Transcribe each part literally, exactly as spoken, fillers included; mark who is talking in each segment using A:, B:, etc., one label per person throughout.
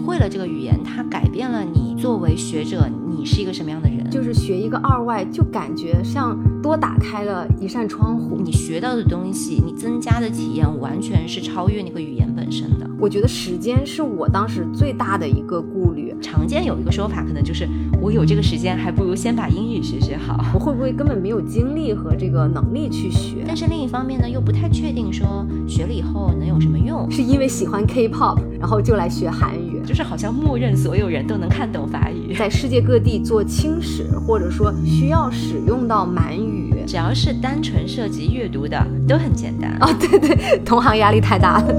A: 会了这个语言，它改变了你作为学者你是一个什么样的人。
B: 就是学一个二外就感觉像多打开了一扇窗户，
A: 你学到的东西，你增加的体验完全是超越那个语言本身的。
B: 我觉得时间是我当时最大的一个顾虑。
A: 常见有一个说法可能就是我有这个时间还不如先把英语学学好，
B: 我会不会根本没有精力和这个能力去学。
A: 但是另一方面呢又不太确定说学了以后能有什么用。
B: 是因为喜欢 K-pop 然后就来学韩语，
A: 就是好像默认所有人都能看懂法语。
B: 在世界各地做轻史或者说需要使用到满语，
A: 只要是单纯涉及阅读的都很简单。
B: 哦，对对，同行压力太大了。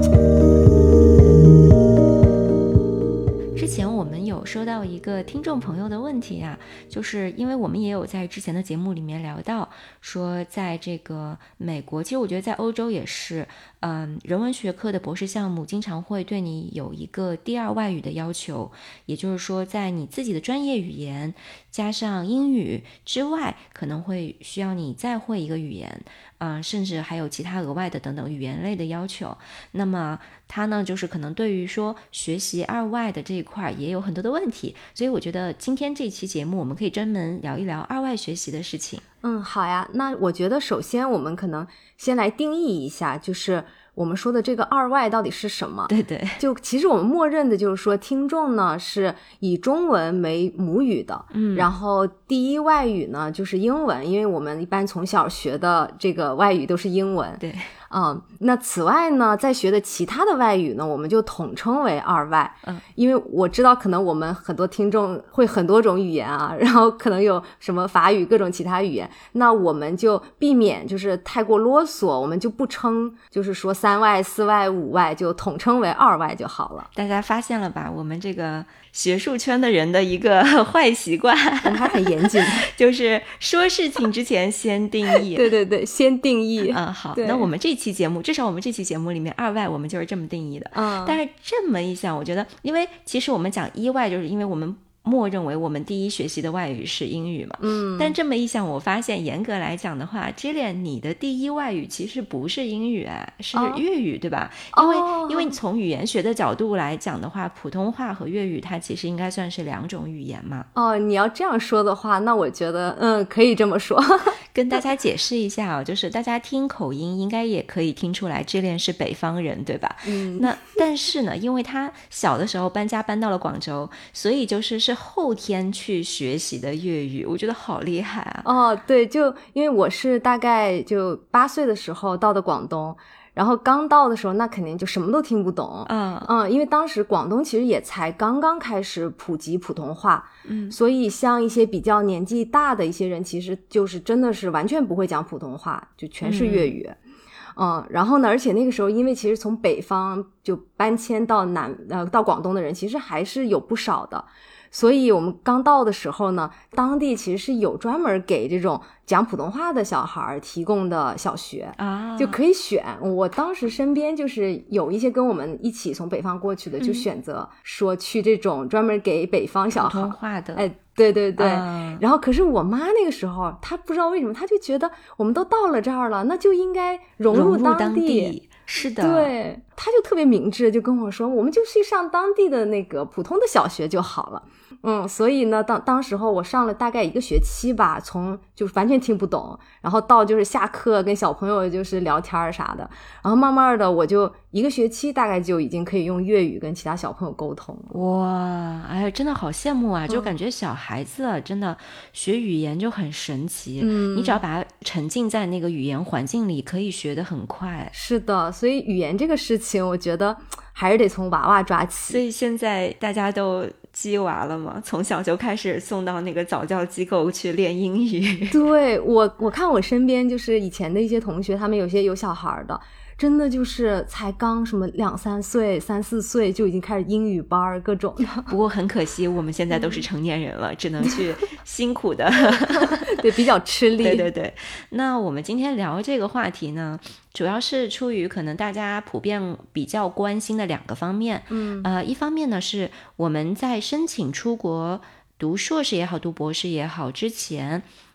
A: 之前我们有收到一个听众朋友的问题啊，就是因为我们也有在之前的节目里面聊到说，在这个美国，其实我觉得在欧洲也是，嗯，人文学科的博士项目经常会对你有一个第二外语的要求，也就是说在你自己的专业语言加上英语之外，可能会需要你再会一个语言，嗯，甚至还有其他额外的等等语言类的要求。那么它呢就是可能对于说学习二外的这一块也有很多的问题，所以我觉得今天这期节目我们可以专门聊一聊二外学习的事情。
B: 嗯，好呀。那我觉得首先我们可能先来定义一下，就是我们说的这个二外到底是什么。
A: 对对，
B: 就其实我们默认的就是说听众呢是以中文为母语的，嗯，然后第一外语呢就是英文，因为我们一般从小学的这个外语都是英文。
A: 对，
B: 嗯，那此外呢在学的其他的外语呢我们就统称为二外。
A: 嗯，
B: 因为我知道可能我们很多听众会很多种语言啊，然后可能有什么法语各种其他语言，那我们就避免就是太过啰嗦，我们就不称就是说三外四外五外，就统称为二外就好了。
A: 大家发现了吧，我们这个学术圈的人的一个坏习惯，
B: 我们还很严谨
A: 就是说事情之前先定义。
B: 对对对，先定义。
A: 嗯，好，那我们这期节目至少我们这期节目里面二外我们就是这么定义的。
B: 嗯，
A: 但是这么一想，我觉得因为其实我们讲一外就是因为我们默认为我们第一学习的外语是英语嘛，嗯，但这么一想，我发现严格来讲的话 Jillian 你的第一外语其实不是英语啊，是粤语、哦、对吧？因为、哦、因为你从语言学的角度来讲的话，普通话和粤语它其实应该算是两种语言嘛。
B: 哦，你要这样说的话，那我觉得嗯可以这么说。
A: 跟大家解释一下啊、哦，就是大家听口音应该也可以听出来 Jillian 是北方人对吧？嗯，那但是呢，因为他小的时候搬家搬到了广州，所以就是是后天去学习的粤语，我觉得好厉害啊。
B: 哦，对，就因为我是大概就八岁的时候到的广东，然后刚到的时候那肯定就什么都听不懂。嗯嗯，因为当时广东其实也才刚刚开始普及普通话，嗯，所以像一些比较年纪大的一些人其实就是真的是完全不会讲普通话，就全是粤语。嗯，然后呢，而且那个时候因为其实从北方就搬迁到南呃到广东的人其实还是有不少的，所以我们刚到的时候呢，当地其实是有专门给这种讲普通话的小孩提供的小学啊，就可以选。我当时身边就是有一些跟我们一起从北方过去的，就选择说去这种专门给北方小孩
A: 普通话的，
B: 哎，对对对、
A: 啊、
B: 然后可是我妈那个时候她不知道为什么，她就觉得我们都到了这儿了，那就应该融入当地，
A: 融入当地是的，
B: 对，她就特别明智，就跟我说我们就去上当地的那个普通的小学就好了。嗯，所以呢当当时候我上了大概一个学期吧，从就是完全听不懂，然后到就是下课跟小朋友就是聊天啥的，然后慢慢的我就一个学期大概就已经可以用粤语跟其他小朋友沟通了。
A: 哇，哎呀，真的好羡慕啊、嗯、就感觉小孩子啊真的学语言就很神奇，嗯，你只要把它沉浸在那个语言环境里可以学得很快。
B: 是的，所以语言这个事情我觉得还是得从娃娃抓起。
A: 所以现在大家都鸡娃了吗？从小就开始送到那个早教机构去练英语。
B: 对，我我看我身边就是以前的一些同学，他们有些有小孩的，真的就是才刚什么两三岁三四岁就已经开始英语班各种的。
A: 不过很可惜我们现在都是成年人了、嗯、只能去辛苦的
B: 对，比较吃力。
A: 对对对，那我们今天聊这个话题呢，主要是出于可能大家普遍比较关心的两个方面。嗯，呃，一方面呢是我们在申请出国读硕士也好读博士也好之前，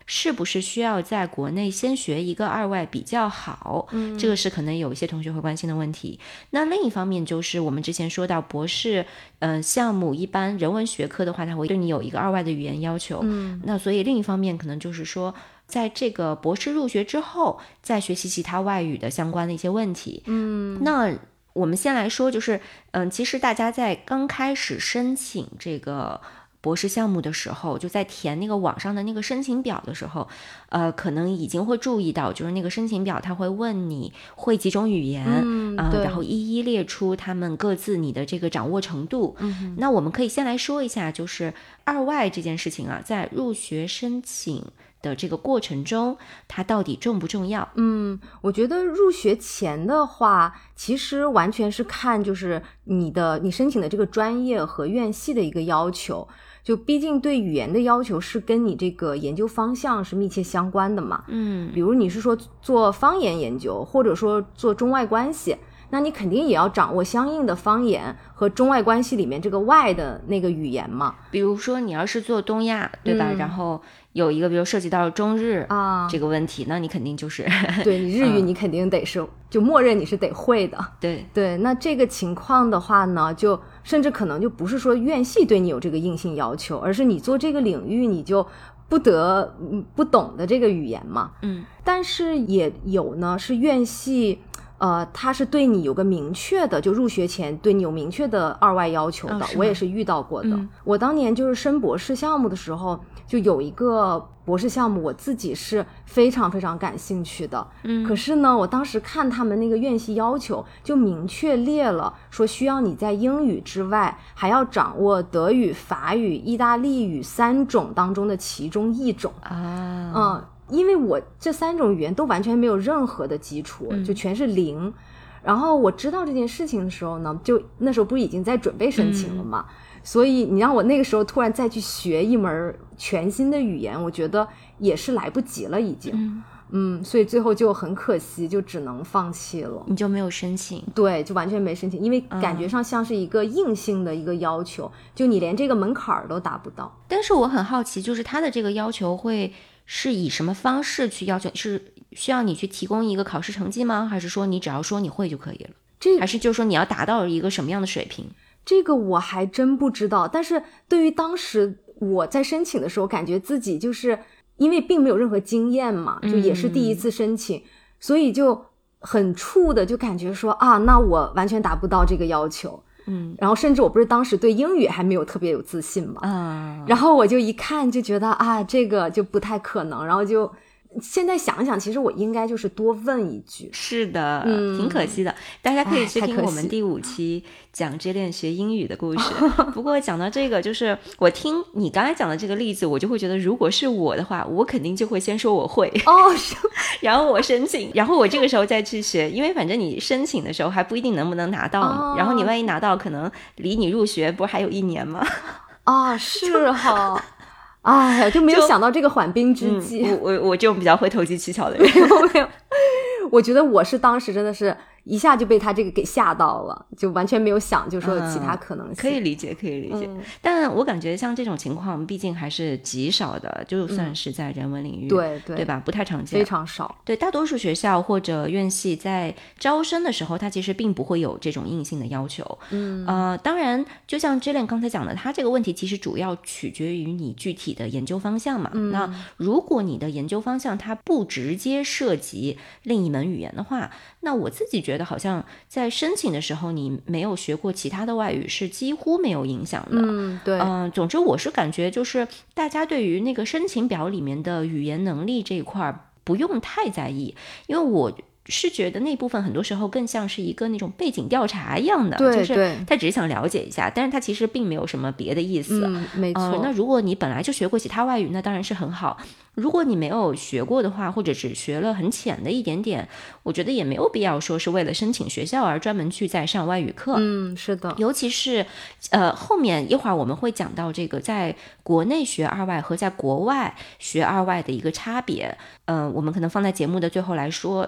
A: 是不是需要在国内先学一个二外比较好？嗯，这个是可能有一些同学会关心的问题。那另一方面就是我们之前说到博士呃项目一般人文学科的话，它会对你有一个二外的语言要求。嗯，那所以另一方面可能就是说在这个博士入学之后再学习其他外语的相关的一些问题。嗯，那我们先来说就是嗯、呃，其实大家在刚开始申请这个博士项目的时候，就在填那个网上的那个申请表的时候，呃，可能已经会注意到，就是那个申请表他会问你会几种语言，嗯呃、然后一一列出他们各自你的这个掌握程度。嗯，那我们可以先来说一下，就是二外这件事情啊，在入学申请的这个过程中它到底重不重要？
B: 嗯，我觉得入学前的话其实完全是看就是你的你申请的这个专业和院系的一个要求，就毕竟对语言的要求是跟你这个研究方向是密切相关的嘛。嗯，比如你是说做方言研究或者说做中外关系，那你肯定也要掌握相应的方言和中外关系里面这个外的那个语言嘛。
A: 比如说你要是做东亚对吧、嗯、然后有一个比如涉及到中日啊这个问题、啊、那你肯定就是
B: 对你日语你肯定得是、嗯、就默认你是得会的。
A: 对
B: 对，那这个情况的话呢，就甚至可能就不是说院系对你有这个硬性要求，而是你做这个领域你就不得不懂的这个语言嘛。嗯，但是也有呢是院系呃，他是对你有个明确的，就入学前对你有明确的二外要求的、哦、我也是遇到过的、嗯、我当年就是申博士项目的时候，就有一个博士项目我自己是非常非常感兴趣的。嗯，可是呢我当时看他们那个院系要求就明确列了，说需要你在英语之外还要掌握德语、法语、意大利语三种当中的其中一种啊。嗯，因为我这三种语言都完全没有任何的基础、嗯、就全是零。然后我知道这件事情的时候呢，就那时候不是已经在准备申请了嘛、嗯、所以你让我那个时候突然再去学一门全新的语言，我觉得也是来不及了已经。嗯嗯，所以最后就很可惜，就只能放弃了。
A: 你就没有申请？
B: 对，就完全没申请，因为感觉上像是一个硬性的一个要求、嗯、就你连这个门槛都达不到。
A: 但是我很好奇，就是他的这个要求会是以什么方式去要求？是需要你去提供一个考试成绩吗？还是说你只要说你会就可以了？这还是就是说你要达到一个什么样的水平？
B: 这个我还真不知道。但是对于当时我在申请的时候，感觉自己就是因为并没有任何经验嘛，就也是第一次申请、嗯、所以就很怵的就感觉说啊，那我完全达不到这个要求。嗯，然后甚至我不是当时对英语还没有特别有自信嘛，啊，然后我就一看就觉得啊，这个就不太可能，然后就现在想想，其实我应该就是多问一句。
A: 是的，嗯，挺可惜的。大家可以去听我们第五期讲这练学英语的故事。不过讲到这个，就是我听你刚才讲的这个例子，我就会觉得，如果是我的话，我肯定就会先说我会
B: 哦，
A: 然后我申请，然后我这个时候再去学，因为反正你申请的时候还不一定能不能拿到、哦、然后你万一拿到，可能离你入学不是还有一年吗？
B: 啊、哦，是哈。哎呀，就没有想到这个缓兵之计。
A: 嗯、我我我这种比较会投机取巧的人，
B: 没有没有。我觉得我是当时真的是一下就被他这个给吓到了，就完全没有想就说有其他可能性、
A: 嗯、可以理解可以理解、嗯、但我感觉像这种情况毕竟还是极少的，就算是在人文领域、嗯、
B: 对对
A: 对吧，不太常见，
B: 非常少。
A: 对，大多数学校或者院系在招生的时候，它其实并不会有这种硬性的要求。嗯呃，当然就像 Jillian 刚才讲的，它这个问题其实主要取决于你具体的研究方向嘛、嗯、那如果你的研究方向它不直接涉及另一门语言的话，那我自己觉得好像在申请的时候你没有学过其他的外语是几乎没有影响的。
B: 嗯，对。
A: 嗯、呃，总之我是感觉就是大家对于那个申请表里面的语言能力这一块不用太在意，因为我是觉得那部分很多时候更像是一个那种背景调查一样的，
B: 对，
A: 就是他只是想了解一下，但是他其实并没有什么别的意思。
B: 嗯，没错、呃。
A: 那如果你本来就学过其他外语，那当然是很好。如果你没有学过的话，或者只学了很浅的一点点，我觉得也没有必要说是为了申请学校而专门去再上外语课。
B: 嗯，是的。
A: 尤其是呃后面一会儿我们会讲到这个在国内学二外和在国外学二外的一个差别。嗯、呃，我们可能放在节目的最后来说。嗯、呃，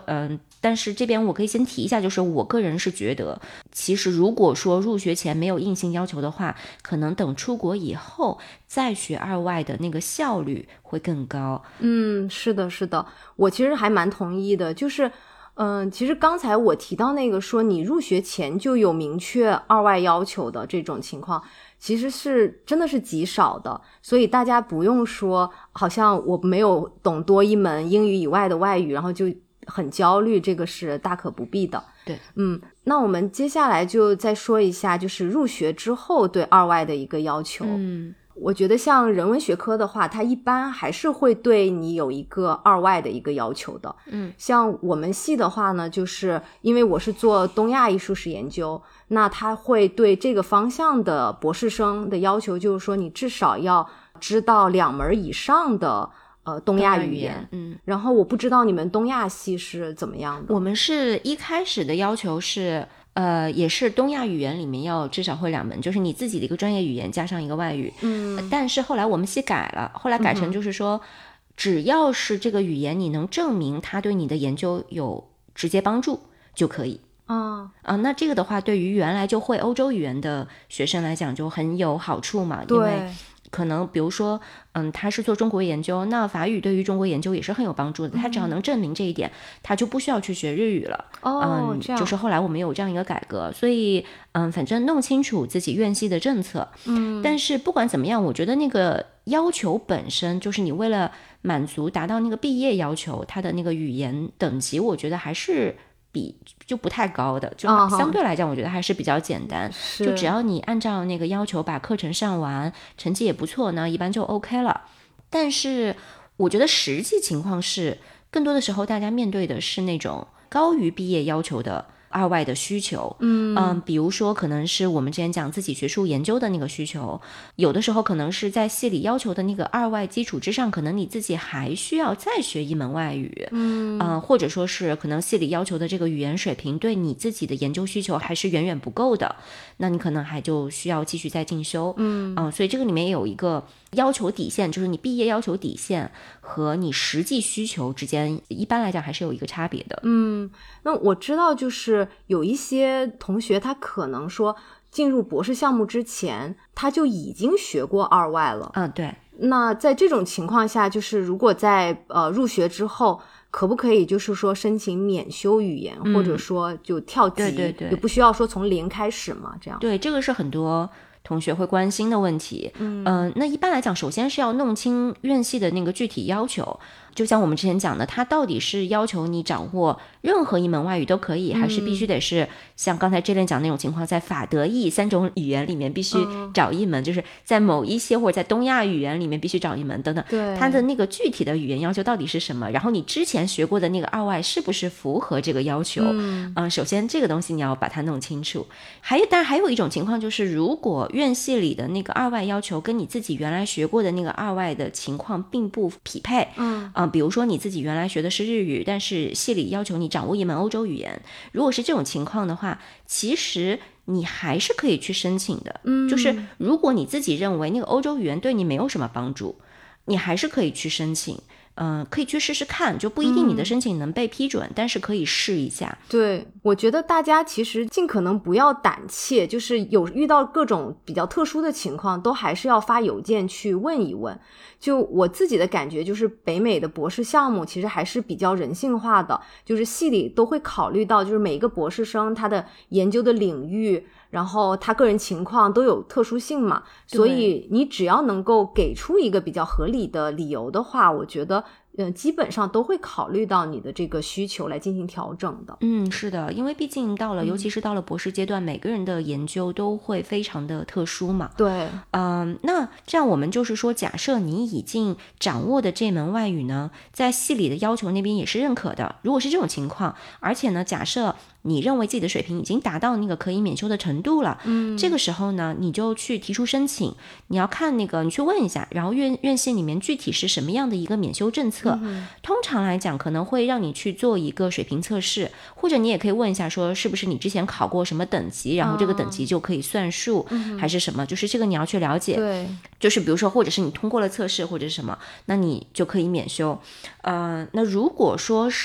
A: 但是这边我可以先提一下，就是我个人是觉得，其实如果说入学前没有硬性要求的话，可能等出国以后再学二外的那个效率会更高。
B: 嗯，是的，是的，我其实还蛮同意的，就是。嗯，其实刚才我提到那个说你入学前就有明确二外要求的这种情况，其实是真的是极少的，所以大家不用说好像我没有懂多一门英语以外的外语，然后就很焦虑，这个是大可不必的。
A: 对，
B: 嗯，那我们接下来就再说一下，就是入学之后对二外的一个要求。
A: 嗯。
B: 我觉得像人文学科的话，它一般还是会对你有一个二外的一个要求的。
A: 嗯，
B: 像我们系的话呢，就是因为我是做东亚艺术史研究，那它会对这个方向的博士生的要求，就是说你至少要知道两门以上的呃东亚语言。
A: 嗯，
B: 然后我不知道你们东亚系是怎么样的。
A: 我们是一开始的要求是呃，也是东亚语言里面要至少会两门，就是你自己的一个专业语言加上一个外语。
B: 嗯，
A: 但是后来我们系改了，后来改成就是说、嗯、只要是这个语言你能证明它对你的研究有直接帮助就可以。
B: 啊
A: 啊，那这个的话对于原来就会欧洲语言的学生来讲就很有好处嘛。
B: 对，
A: 因为可能比如说嗯，他是做中国研究，那法语对于中国研究也是很有帮助的、嗯、他只要能证明这一点他就不需要去学日语了。
B: 哦，
A: 嗯，
B: 这样
A: 就是后来我们有这样一个改革，所以嗯，反正弄清楚自己院系的政策。
B: 嗯，
A: 但是不管怎么样，我觉得那个要求本身就是你为了满足达到那个毕业要求，他的那个语言等级我觉得还是比就不太高的，就相对来讲我觉得还是比较简单、哦、就只要你按照那个要求把课程上完，成绩也不错呢，一般就 OK 了。但是我觉得实际情况是更多的时候大家面对的是那种高于毕业要求的二外的需求。
B: 嗯
A: 嗯，比如说可能是我们之前讲自己学术研究的那个需求，有的时候可能是在系里要求的那个二外基础之上，可能你自己还需要再学一门外语。
B: 嗯、
A: 呃、或者说是可能系里要求的这个语言水平对你自己的研究需求还是远远不够的，那你可能还就需要继续再进修。
B: 嗯、
A: 呃、所以这个里面有一个要求底线，就是你毕业要求底线和你实际需求之间一般来讲还是有一个差别的。
B: 嗯，那我知道就是有一些同学他可能说进入博士项目之前他就已经学过二外了。
A: 嗯，对。
B: 那在这种情况下，就是如果在呃入学之后可不可以就是说申请免修语言、嗯、或者说就跳级，
A: 对对对，
B: 也不需要说从零开始嘛，这样。
A: 对，这个是很多同学会关心的问题。
B: 嗯、
A: 呃、那一般来讲首先是要弄清院系的那个具体要求，就像我们之前讲的，它到底是要求你掌握任何一门外语都可以、嗯、还是必须得是像刚才这边讲那种情况，在法德意三种语言里面必须找一门、嗯、就是在某一些或者在东亚语言里面必须找一门等等。
B: 对，
A: 它的那个具体的语言要求到底是什么，然后你之前学过的那个二外是不是符合这个要求。
B: 嗯、
A: 呃、首先这个东西你要把它弄清楚。还有当然还有一种情况就是如果院系里的那个二外要求跟你自己原来学过的那个二外的情况并不匹配。
B: 嗯、
A: 呃、比如说你自己原来学的是日语，但是系里要求你掌握一门欧洲语言，如果是这种情况的话，其实你还是可以去申请的。
B: 嗯，
A: 就是如果你自己认为那个欧洲语言对你没有什么帮助，你还是可以去申请。嗯、呃，可以去试试看，就不一定你的申请能被批准、嗯、但是可以试一下。
B: 对，我觉得大家其实尽可能不要胆怯，就是有遇到各种比较特殊的情况都还是要发邮件去问一问。就我自己的感觉就是北美的博士项目其实还是比较人性化的，就是系里都会考虑到就是每一个博士生他的研究的领域，然后他个人情况都有特殊性嘛，所以你只要能够给出一个比较合理的理由的话，我觉得嗯，基本上都会考虑到你的这个需求来进行调整的。
A: 嗯，是的，因为毕竟到了、嗯、尤其是到了博士阶段，每个人的研究都会非常的特殊嘛。
B: 对，
A: 嗯，那这样我们就是说，假设你已经掌握的这门外语呢，在系里的要求那边也是认可的，如果是这种情况，而且呢，假设你认为自己的水平已经达到那个可以免修的程度了，
B: 嗯，
A: 这个时候呢，你就去提出申请，你要看那个，你去问一下，然后院院系里面具体是什么样的一个免修政策。
B: 嗯、
A: 通常来讲可能会让你去做一个水平测试，或者你也可以问一下说是不是你之前考过什么等级，然后这个等级就可以算数、哦、还是什么，就是这个你要去了解。
B: 对，
A: 就是比如说或者是你通过了测试或者是什么，那你就可以免修。呃，那如果说是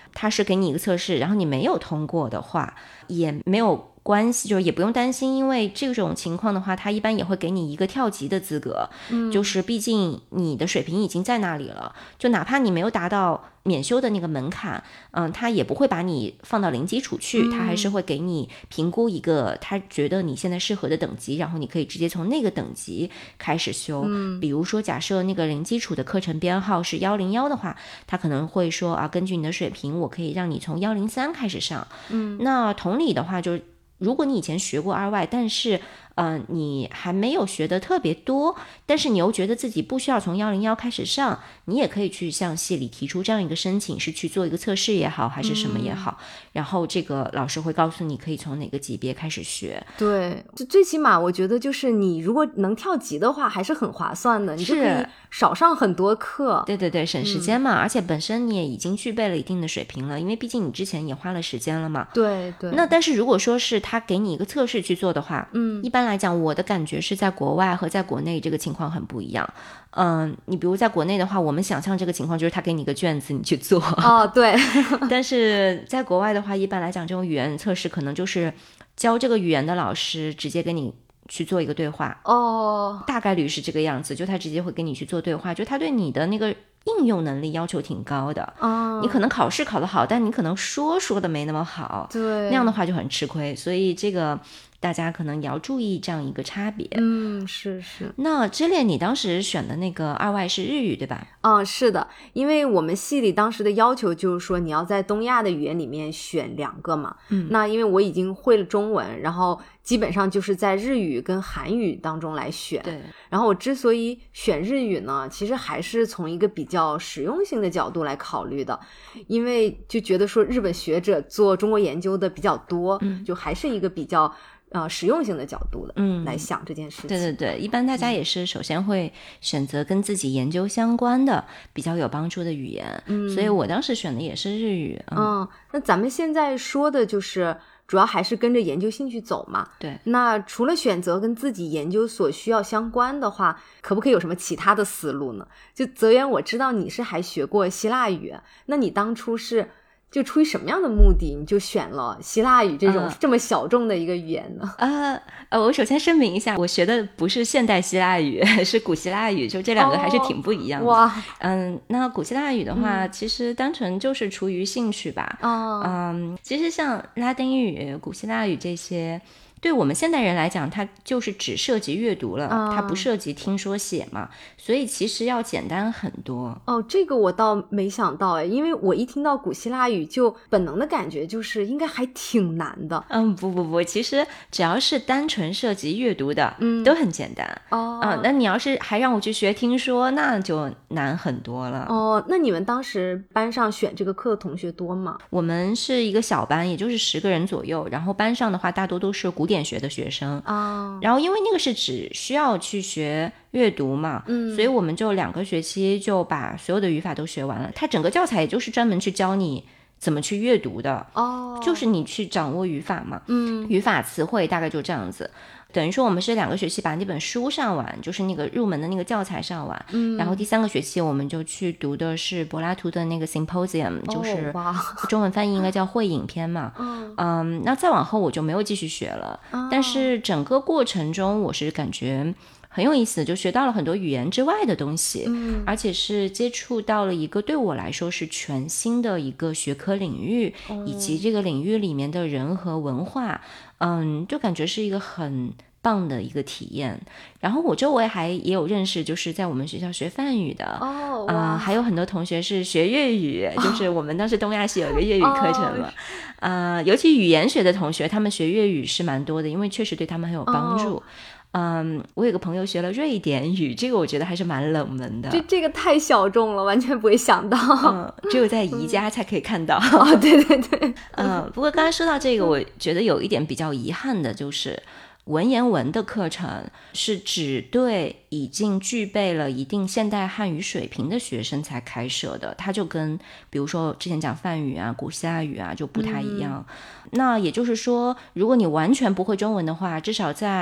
A: 他是给你一个测试，然后你没有通过的话也没有关系，就是也不用担心，因为这种情况的话他一般也会给你一个跳级的资格、嗯、就是毕竟你的水平已经在那里了，就哪怕你没有达到免修的那个门槛，嗯，他也不会把你放到零基础去、嗯、他还是会给你评估一个他觉得你现在适合的等级，然后你可以直接从那个等级开始修、嗯、比如说假设那个零基础的课程编号是一零一的话，他可能会说啊，根据你的水平我可以让你从一零三开始上，嗯，那同理的话就是如果你以前学过 R Y 但是呃，你还没有学的特别多，但是你又觉得自己不需要从一零一开始上，你也可以去向系里提出这样一个申请，是去做一个测试也好还是什么也好、嗯、然后这个老师会告诉你可以从哪个级别开始学。
B: 对，最起码我觉得就是你如果能跳级的话还是很划算的，你就可以少上很多课。
A: 对对对，省时间嘛、嗯、而且本身你也已经具备了一定的水平了，因为毕竟你之前也花了时间了嘛。
B: 对对。
A: 那但是如果说是他给你一个测试去做的话，嗯，一般来讲我的感觉是在国外和在国内这个情况很不一样。嗯，你比如在国内的话，我们想象这个情况就是他给你一个卷子你去做。
B: 哦，对。
A: 但是在国外的话，一般来讲这种语言测试可能就是教这个语言的老师直接跟你去做一个对话。
B: 哦，
A: 大概率是这个样子，就他直接会跟你去做对话，就他对你的那个应用能力要求挺高的。哦，你可能考试考得好，但你可能说说的没那么好。
B: 对，
A: 那样的话就很吃亏，所以这个大家可能也要注意这样一个差别。
B: 嗯，是是。
A: 那知恋你当时选的那个二外是日语对吧？
B: 嗯，是的，因为我们系里当时的要求就是说你要在东亚的语言里面选两个嘛。嗯，那因为我已经会了中文，然后基本上就是在日语跟韩语当中来选。
A: 对。
B: 然后我之所以选日语呢，其实还是从一个比较实用性的角度来考虑的，因为就觉得说日本学者做中国研究的比较多，嗯，就还是一个比较呃，实用性的角度的，嗯，来想这件事情。
A: 对对对，一般大家也是首先会选择跟自己研究相关的、嗯、比较有帮助的语言，嗯，所以我当时选的也是日语。嗯，
B: 嗯，那咱们现在说的就是主要还是跟着研究兴趣走嘛。
A: 对。
B: 那除了选择跟自己研究所需要相关的话，可不可以有什么其他的思路呢？就泽源，我知道你是还学过希腊语，那你当初是就出于什么样的目的你就选了希腊语这种这么小众的一个语言呢？
A: 呃呃，我首先声明一下，我学的不是现代希腊语，是古希腊语，就这两个还是挺不一样的。
B: 哦、哇，
A: 嗯，那古希腊语的话、嗯、其实单纯就是出于兴趣吧。
B: 哦，
A: 嗯，其实像拉丁语、古希腊语这些对我们现代人来讲它就是只涉及阅读了、嗯、它不涉及听说写嘛，所以其实要简单很多。
B: 哦，这个我倒没想到哎，因为我一听到古希腊语就本能的感觉就是应该还挺难的。
A: 嗯，不不不，其实只要是单纯涉及阅读的、嗯、都很简单。
B: 哦，
A: 嗯，那你要是还让我去学听说那就难很多了。
B: 哦，那你们当时班上选这个课的同学多吗？
A: 我们是一个小班，也就是十个人左右，然后班上的话大多都是古典学的学生。
B: 哦，
A: 然后因为那个是只需要去学阅读嘛，嗯，所以我们就两个学期就把所有的语法都学完了。它整个教材也就是专门去教你怎么去阅读的。
B: 哦，
A: 就是你去掌握语法嘛，
B: 嗯，
A: 语法词汇大概就这样子。等于说我们是两个学期把那本书上完，就是那个入门的那个教材上完，嗯，然后第三个学期我们就去读的是柏拉图的那个 Symposium， 就是中文翻译应该叫会影篇嘛。
B: 嗯
A: 嗯，那再往后我就没有继续学了，
B: 哦，
A: 但是整个过程中我是感觉很有意思，就学到了很多语言之外的东西，
B: 嗯，
A: 而且是接触到了一个对我来说是全新的一个学科领域，
B: 嗯，
A: 以及这个领域里面的人和文化，嗯，就感觉是一个很棒的一个体验。然后我周围还也有认识就是在我们学校学梵语的，
B: 哦，
A: 呃，还有很多同学是学粤语，哦，就是我们当时东亚系有一个粤语课程嘛，哦，呃，尤其语言学的同学他们学粤语是蛮多的，因为确实对他们很有帮助。哦，嗯，我有个朋友学了瑞典语，这个我觉得还是蛮冷门的。
B: 这这个太小众了，完全不会想到。
A: 嗯，只有在宜家才可以看到。
B: 哦，对对对。
A: 嗯，不过刚才说到这个，我觉得有一点比较遗憾的就是，文言文的课程是只对已经具备了一定现代汉语水平的学生才开设的，它就跟比如说之前讲梵语啊、古希腊语啊就不太一样。嗯，那也就是说，如果你完全不会中文的话，至少在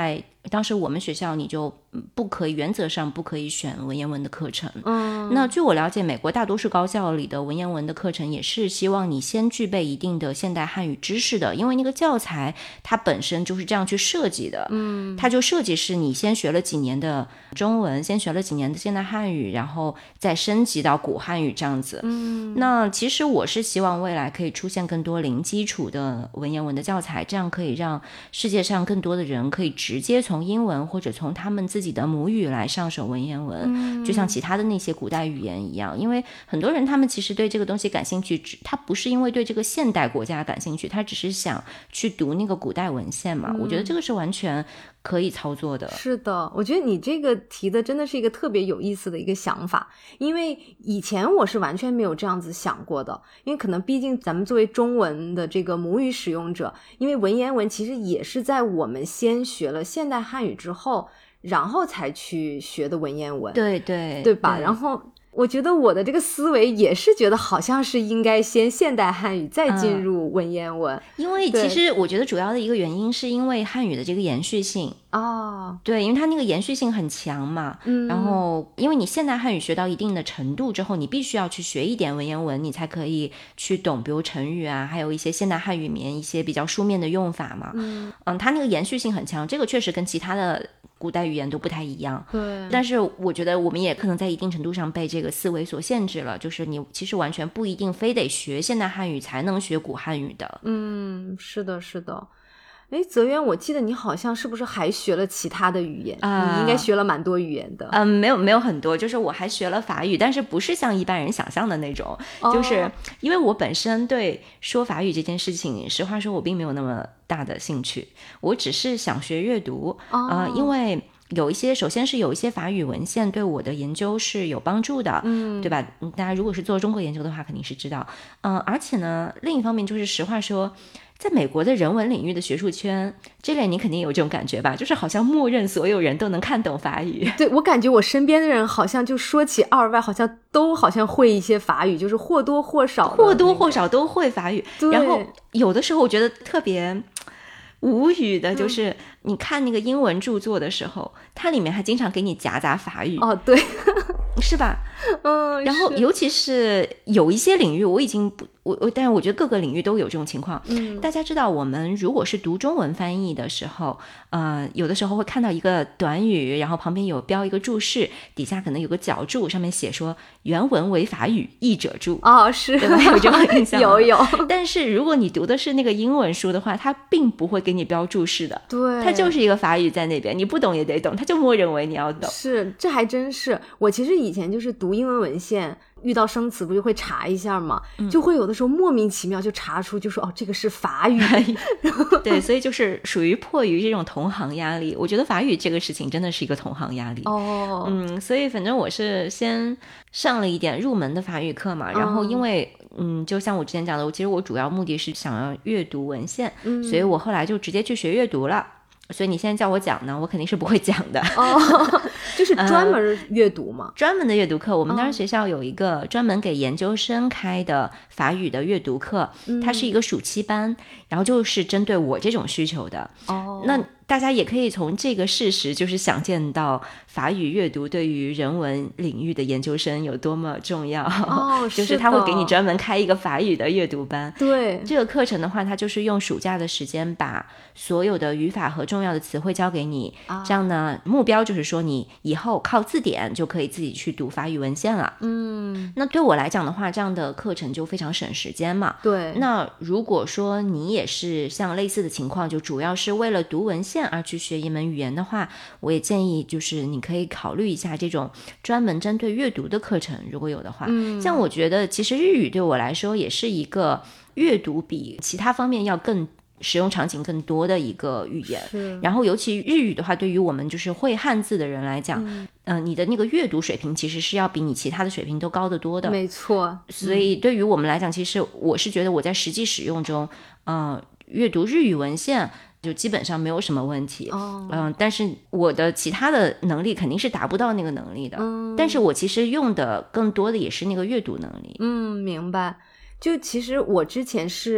A: 当时我们学校你就不可以，原则上不可以选文言文的课程。
B: 嗯，
A: 那据我了解，美国大多数高校里的文言文的课程也是希望你先具备一定的现代汉语知识的，因为那个教材它本身就是这样去设计的。
B: 嗯，
A: 它就设计是你先学了几年的中文，先学了几年的现代汉语，然后再升级到古汉语这样子。
B: 嗯，
A: 那其实我是希望未来可以出现更多零基础的文言文的教材，这样可以让世界上更多的人可以直接从英文或者从他们自己的母语来上手文言文。
B: 嗯，
A: 就像其他的那些古代语言一样，因为很多人他们其实对这个东西感兴趣，他不是因为对这个现代国家感兴趣，他只是想去读那个古代文献嘛。嗯，我觉得这个是完全可以操作的。
B: 是的，我觉得你这个提的真的是一个特别有意思的一个想法，因为以前我是完全没有这样子想过的，因为可能毕竟咱们作为中文的这个母语使用者，因为文言文其实也是在我们先学了现代汉语之后，然后才去学的文言文。
A: 对对
B: 对吧？
A: 对，
B: 然后我觉得我的这个思维也是觉得好像是应该先现代汉语再进入文言文。嗯，
A: 因为其实我觉得主要的一个原因是因为汉语的这个延续性。
B: 哦，
A: 对，因为它那个延续性很强嘛。
B: 嗯，
A: 然后因为你现代汉语学到一定的程度之后，你必须要去学一点文言文，你才可以去懂比如成语啊，还有一些现代汉语里面一些比较书面的用法嘛。
B: 嗯
A: 嗯，它那个延续性很强，这个确实跟其他的古代语言都不太一样。
B: 对，
A: 但是我觉得我们也可能在一定程度上被这个思维所限制了，就是你其实完全不一定非得学现代汉语才能学古汉语的。
B: 嗯，是的是的。诶，泽源，我记得你好像是不是还学了其他的语言？呃、你应该学了蛮多语言的。
A: 嗯、呃，没有没有很多，就是我还学了法语，但是不是像一般人想象的那种。哦，就是因为我本身对说法语这件事情，实话说我并没有那么大的兴趣，我只是想学阅读。
B: 哦，
A: 呃，因为有一些，首先是有一些法语文献对我的研究是有帮助的，
B: 嗯，
A: 对吧？大家如果是做中国研究的话，肯定是知道。嗯、呃，而且呢，另一方面就是实话说，在美国的人文领域的学术圈，这类你肯定有这种感觉吧？就是好像默认所有人都能看懂法语。
B: 对，我感觉我身边的人好像就说起二外，好像都好像会一些法语，就是或多或少、那個，
A: 或多或少都会法语。然后有的时候我觉得特别无语的就是，你看那个英文著作的时候，嗯，它里面还经常给你夹杂法语。
B: 哦，对，
A: 是吧？
B: 嗯，
A: 然后尤其是有一些领域，我已经不我我，但是我觉得各个领域都有这种情况。
B: 嗯，
A: 大家知道，我们如果是读中文翻译的时候，呃，有的时候会看到一个短语，然后旁边有标一个注释，底下可能有个脚注，上面写说原文为法语，译者注。
B: 哦，是，
A: 对吧？有这种印象吗？
B: 有有。
A: 但是如果你读的是那个英文书的话，它并不会给你标注释的。
B: 对，
A: 它就是一个法语在那边，你不懂也得懂，它就默认为你要懂。
B: 是，这还真是。我其实以前就是读英文文献，遇到生词不就会查一下嘛，嗯，就会有的时候莫名其妙就查出，就说哦，这个是法语。
A: 对，所以就是属于迫于这种同行压力，我觉得法语这个事情真的是一个同行压力。
B: 哦，
A: 嗯，所以反正我是先上了一点入门的法语课嘛，然后因为嗯，就像我之前讲的，我其实我主要目的是想要阅读文献，嗯，所以我后来就直接去学阅读了。所以你现在叫我讲呢，我肯定是不会讲的。
B: 哦，就是专门阅读嘛、呃、
A: 专门的阅读课，我们当时学校有一个专门给研究生开的法语的阅读课、嗯、它是一个暑期班，然后就是针对我这种需求的。
B: 哦，
A: 那大家也可以从这个事实就是想见到法语阅读对于人文领域的研究生有多么重要。
B: 哦，
A: 就是他会给你专门开一个法语的阅读班。
B: 对，
A: 这个课程的话，它就是用暑假的时间把所有的语法和重要的词汇教给你、啊、这样呢目标就是说你以后靠字典就可以自己去读法语文献了。
B: 嗯，
A: 那对我来讲的话，这样的课程就非常省时间嘛。
B: 对，
A: 那如果说你也是像类似的情况，就主要是为了读文献而去学一门语言的话，我也建议就是你可以考虑一下这种专门针对阅读的课程，如果有的话。
B: 嗯，
A: 像我觉得其实日语对我来说也是一个阅读比其他方面要更使用场景更多的一个语言，然后尤其日语的话，对于我们就是会汉字的人来讲，嗯、呃，你的那个阅读水平其实是要比你其他的水平都高得多的。
B: 没错，
A: 所以对于我们来讲，其实我是觉得我在实际使用中，呃，阅读日语文献就基本上没有什么问题。
B: 哦，
A: 嗯、呃，但是我的其他的能力肯定是达不到那个能力的。
B: 嗯，
A: 但是我其实用的更多的也是那个阅读能力。
B: 嗯，明白。就其实我之前是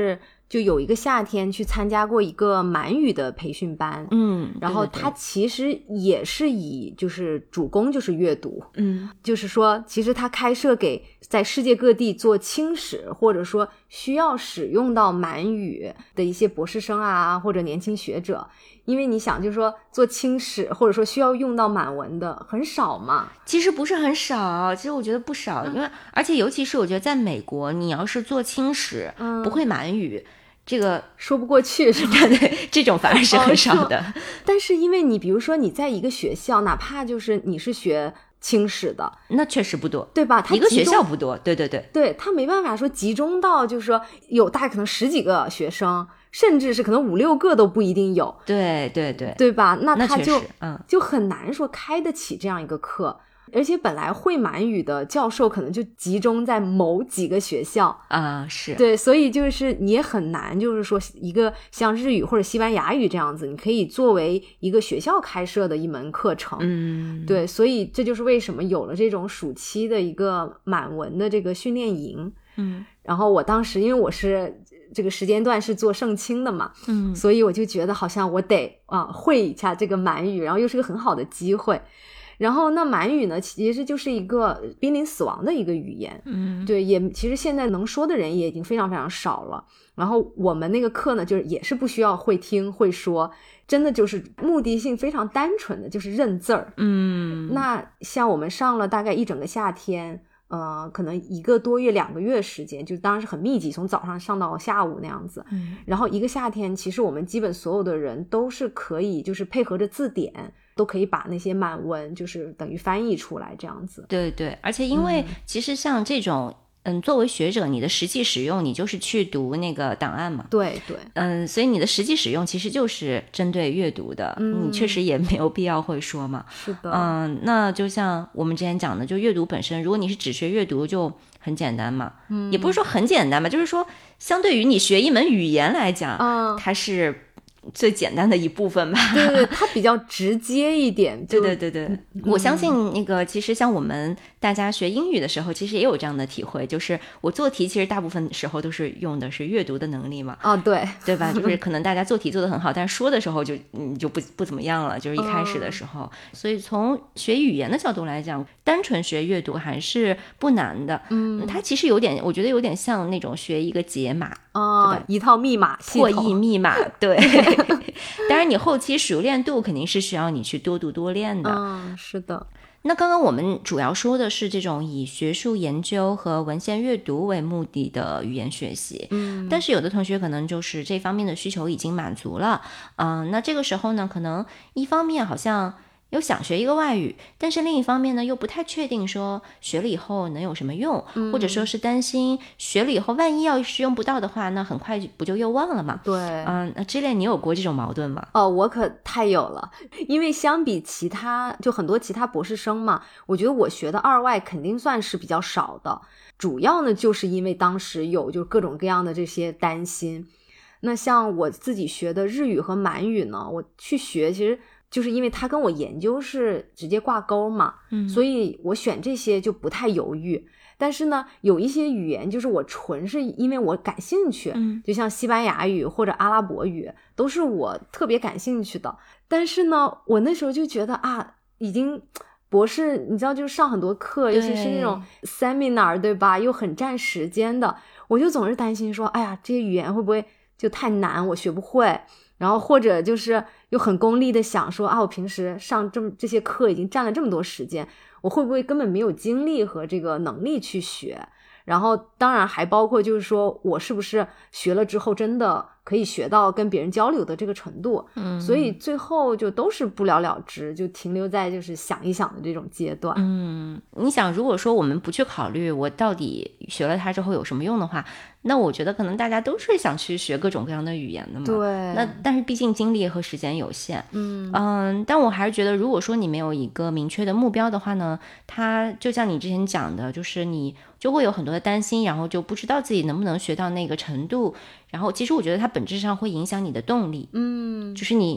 B: 就有一个夏天去参加过一个满语的培训班，
A: 嗯，
B: 然后它其实也是以就是主攻就是阅读，嗯，就是说其实它开设给在世界各地做轻使或者说需要使用到满语的一些博士生啊或者年轻学者，因为你想就是说做轻使或者说需要用到满文的很少嘛。
A: 其实不是很少，其实我觉得不少，因为而且尤其是我觉得在美国你要是做轻使、嗯、不会满语这个
B: 说不过去是吧？
A: 对，这种反而是很少的、哦、
B: 但是因为你比如说你在一个学校哪怕就是你是学轻使的，
A: 那确实不多，
B: 对吧？它
A: 一个学校不多，对对对
B: 对，它没办法说集中到就是说有大概可能十几个学生，甚至是可能五六个都不一定有，
A: 对对对
B: 对吧？那它就
A: 嗯
B: 就很难说开得起这样一个课，而且本来会满语的教授可能就集中在某几个学校
A: 啊，是
B: 对，所以就是你也很难就是说一个像日语或者西班牙语这样子你可以作为一个学校开设的一门课程，
A: 嗯，
B: 对，所以这就是为什么有了这种暑期的一个满文的这个训练营，
A: 嗯，
B: 然后我当时因为我是这个时间段是做盛清的嘛，
A: 嗯，
B: 所以我就觉得好像我得啊会一下这个满语，然后又是个很好的机会。然后那满语呢其实就是一个濒临死亡的一个语言，
A: 嗯，
B: 对，也其实现在能说的人也已经非常非常少了。然后我们那个课呢就是也是不需要会听会说，真的就是目的性非常单纯的就是认字儿。
A: 嗯，
B: 那像我们上了大概一整个夏天，呃，可能一个多月两个月时间，就当然是很密集，从早上上到下午那样子。
A: 嗯，
B: 然后一个夏天其实我们基本所有的人都是可以就是配合着字典都可以把那些满文就是等于翻译出来这样子。
A: 对对，而且因为其实像这种嗯，作为学者你的实际使用你就是去读那个档案嘛，
B: 对对，
A: 嗯，所以你的实际使用其实就是针对阅读的，嗯，你确实也没有必要会说嘛，
B: 是的，
A: 嗯，那就像我们之前讲的，就阅读本身如果你是只学阅读就很简单嘛，嗯，也不是说很简单吧，就是说相对于你学一门语言来讲，嗯，它是最简单的一部分吧，
B: 对对，它比较直接一点。
A: 对对对对、嗯，我相信那个其实像我们大家学英语的时候，其实也有这样的体会，就是我做题其实大部分时候都是用的是阅读的能力嘛。
B: 哦，对，
A: 对吧？就是可能大家做题做得很好，但是说的时候就你就不不怎么样了，就是一开始的时候。哦、所以从学语言的角度来讲，单纯学阅读还是不难的。嗯，它其实有点，我觉得有点像那种学一个解码。
B: 哦，对吧？一套密码系统，
A: 破译密码，对。当然你后期熟练度肯定是需要你去多读多练的。
B: 嗯，是的。
A: 那刚刚我们主要说的是这种以学术研究和文献阅读为目的的语言学习，嗯，但是有的同学可能就是这方面的需求已经满足了，嗯、呃，那这个时候呢，可能一方面好像又想学一个外语，但是另一方面呢又不太确定说学了以后能有什么用、嗯、或者说是担心学了以后万一要是用不到的话，那很快不就又忘了嘛。
B: 对，
A: 嗯，那之类你有过这种矛盾吗？
B: 哦，我可太有了，因为相比其他就很多其他博士生嘛，我觉得我学的二外肯定算是比较少的，主要呢就是因为当时有就各种各样的这些担心。那像我自己学的日语和满语呢，我去学其实就是因为它跟我研究是直接挂钩嘛，嗯，所以我选这些就不太犹豫。但是呢，有一些语言就是我纯是因为我感兴趣，嗯，就像西班牙语或者阿拉伯语都是我特别感兴趣的。但是呢，我那时候就觉得啊，已经博士你知道就是上很多课，尤其是那种 seminar 对吧，又很占时间的，我就总是担心说，哎呀，这些语言会不会就太难，我学不会。然后或者就是又很功利的想说啊，我平时上这么这些课已经占了这么多时间，我会不会根本没有精力和这个能力去学。然后当然还包括就是说我是不是学了之后真的可以学到跟别人交流的这个程度，嗯，所以最后就都是不了了之，就停留在就是想一想的这种阶段。
A: 嗯，你想如果说我们不去考虑我到底学了它之后有什么用的话，那我觉得可能大家都是想去学各种各样的语言的嘛。
B: 对。
A: 那但是毕竟精力和时间有限，嗯嗯，但我还是觉得，如果说你没有一个明确的目标的话呢，它就像你之前讲的，就是你就会有很多的担心，然后就不知道自己能不能学到那个程度。然后其实我觉得它本质上会影响你的动力，嗯，就是你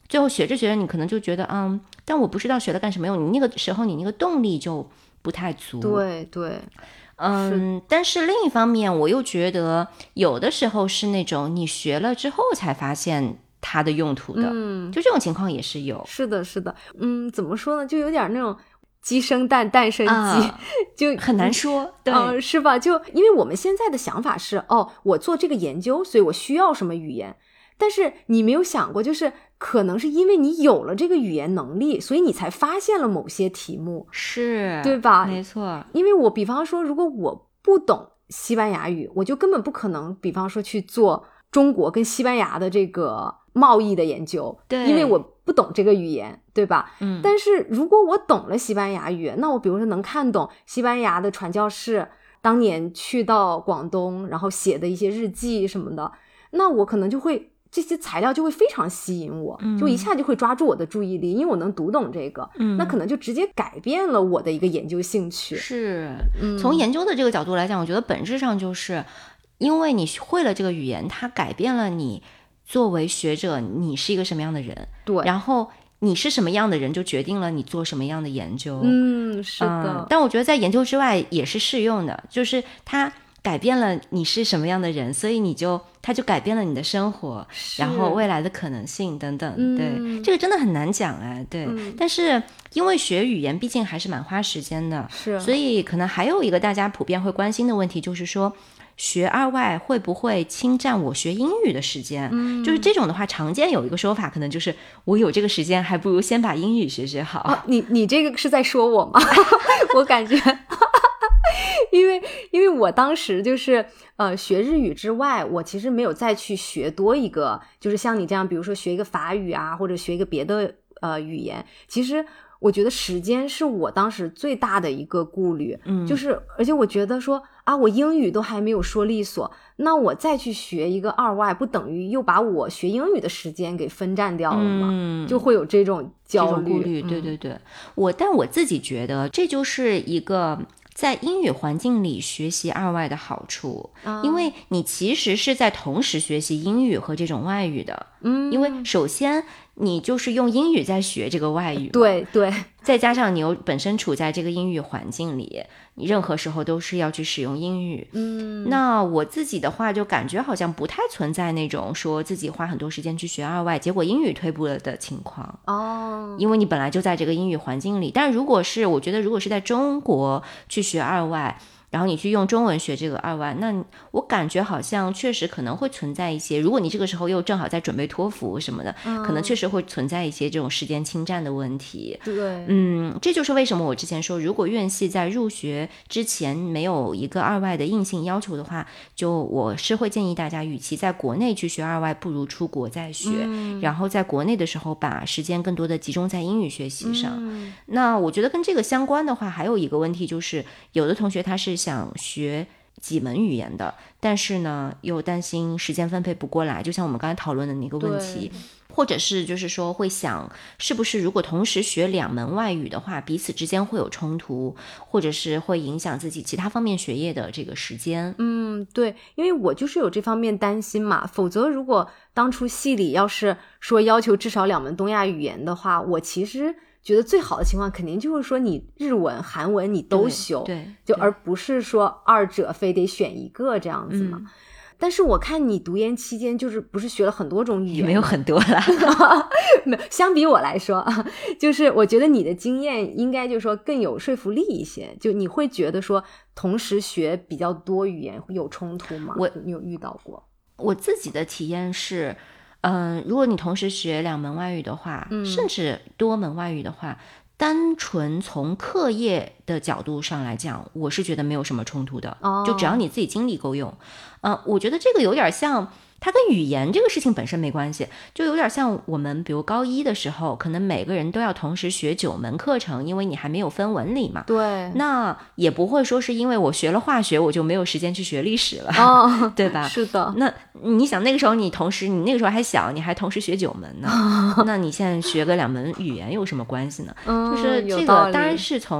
A: 最后学着学着你可能就觉得嗯，但我不知道学了干什么用，你那个时候你那个动力就不太足。
B: 对对，
A: 嗯，但是另一方面我又觉得有的时候是那种你学了之后才发现它的用途的，
B: 嗯，
A: 就这种情况也是有。
B: 是的是的，嗯，怎么说呢，就有点那种鸡生蛋蛋生鸡、啊、就
A: 很难说，对、
B: 呃，是吧？就因为我们现在的想法是，哦，我做这个研究所以我需要什么语言，但是你没有想过，就是可能是因为你有了这个语言能力，所以你才发现了某些题目，
A: 是
B: 对吧？
A: 没错。
B: 因为我比方说如果我不懂西班牙语，我就根本不可能比方说去做中国跟西班牙的这个贸易的研究，
A: 对，
B: 因为我不懂这个语言，对吧？
A: 嗯，
B: 但是如果我懂了西班牙语，那我比如说能看懂西班牙的传教士当年去到广东然后写的一些日记什么的，那我可能就会这些材料就会非常吸引我、嗯、就一下就会抓住我的注意力，因为我能读懂这个、嗯、那可能就直接改变了我的一个研究兴趣。
A: 是、嗯、从研究的这个角度来讲，我觉得本质上就是因为你会了这个语言，它改变了你作为学者你是一个什么样的人，
B: 对，
A: 然后你是什么样的人就决定了你做什么样的研究。
B: 嗯，是的、
A: 嗯、但我觉得在研究之外也是适用的，就是它改变了你是什么样的人，所以你就它就改变了你的生活，然后未来的可能性等等、嗯、对，这个真的很难讲哎，对、嗯、但是因为学语言毕竟还是蛮花时间的，
B: 是，
A: 所以可能还有一个大家普遍会关心的问题就是说学二外会不会侵占我学英语的时间、嗯、就是这种的话常见有一个说法可能就是我有这个时间还不如先把英语学学好、
B: 哦、你你这个是在说我吗？我感觉因为因为我当时就是呃学日语之外，我其实没有再去学多一个，就是像你这样比如说学一个法语啊，或者学一个别的呃语言，其实我觉得时间是我当时最大的一个顾虑，嗯，就是而且我觉得说啊，我英语都还没有说利索，那我再去学一个二外，不等于又把我学英语的时间给分占掉了吗？嗯，就会有这种焦虑，
A: 这种顾虑，对对对。嗯、我但我自己觉得这就是一个在英语环境里学习二外的好处、啊、因为你其实是在同时学习英语和这种外语的，嗯，因为首先你就是用英语在学这个外语，
B: 对对，
A: 再加上你又本身处在这个英语环境里，你任何时候都是要去使用英语，嗯，那我自己的话就感觉好像不太存在那种说自己花很多时间去学二外结果英语退步了的情况哦，因为你本来就在这个英语环境里。但如果是我觉得如果是在中国去学二外，然后你去用中文学这个二外，那我感觉好像确实可能会存在一些，如果你这个时候又正好在准备托福什么的、嗯、可能确实会存在一些这种时间侵占的问题。
B: 对，
A: 嗯，这就是为什么我之前说如果院系在入学之前没有一个二外的硬性要求的话，就我是会建议大家与其在国内去学二外，不如出国再学、嗯、然后在国内的时候把时间更多的集中在英语学习上、嗯、那我觉得跟这个相关的话还有一个问题，就是有的同学他是想学几门语言的，但是呢又担心时间分配不过来，就像我们刚才讨论的那个问题，或者是就是说会想是不是如果同时学两门外语的话彼此之间会有冲突，或者是会影响自己其他方面学业的这个时间。
B: 嗯，对，因为我就是有这方面担心嘛，否则如果当初系里要是说要求至少两门东亚语言的话，我其实觉得最好的情况肯定就是说你日文韩文你都修，
A: 对，对，
B: 就而不是说二者非得选一个这样子嘛、嗯、但是我看你读研期间就是不是学了很多种语言，
A: 也没有很多了
B: 没有，相比我来说就是我觉得你的经验应该就是说更有说服力一些，就你会觉得说同时学比较多语言有冲突吗？
A: 我
B: 你有遇到过？
A: 我自己的体验是嗯、呃，如果你同时学两门外语的话、嗯、甚至多门外语的话，单纯从课业的角度上来讲，我是觉得没有什么冲突的、哦、就只要你自己精力够用。呃，我觉得这个有点像它跟语言这个事情本身没关系，就有点像我们比如高一的时候可能每个人都要同时学九门课程，因为你还没有分文理嘛，
B: 对，
A: 那也不会说是因为我学了化学我就没有时间去学历史了、
B: 哦、
A: 对吧？
B: 是的，
A: 那你想那个时候你同时你那个时候还小，你还同时学九门呢那你现在学个两门语言有什么关系呢、嗯、就是这个当然是从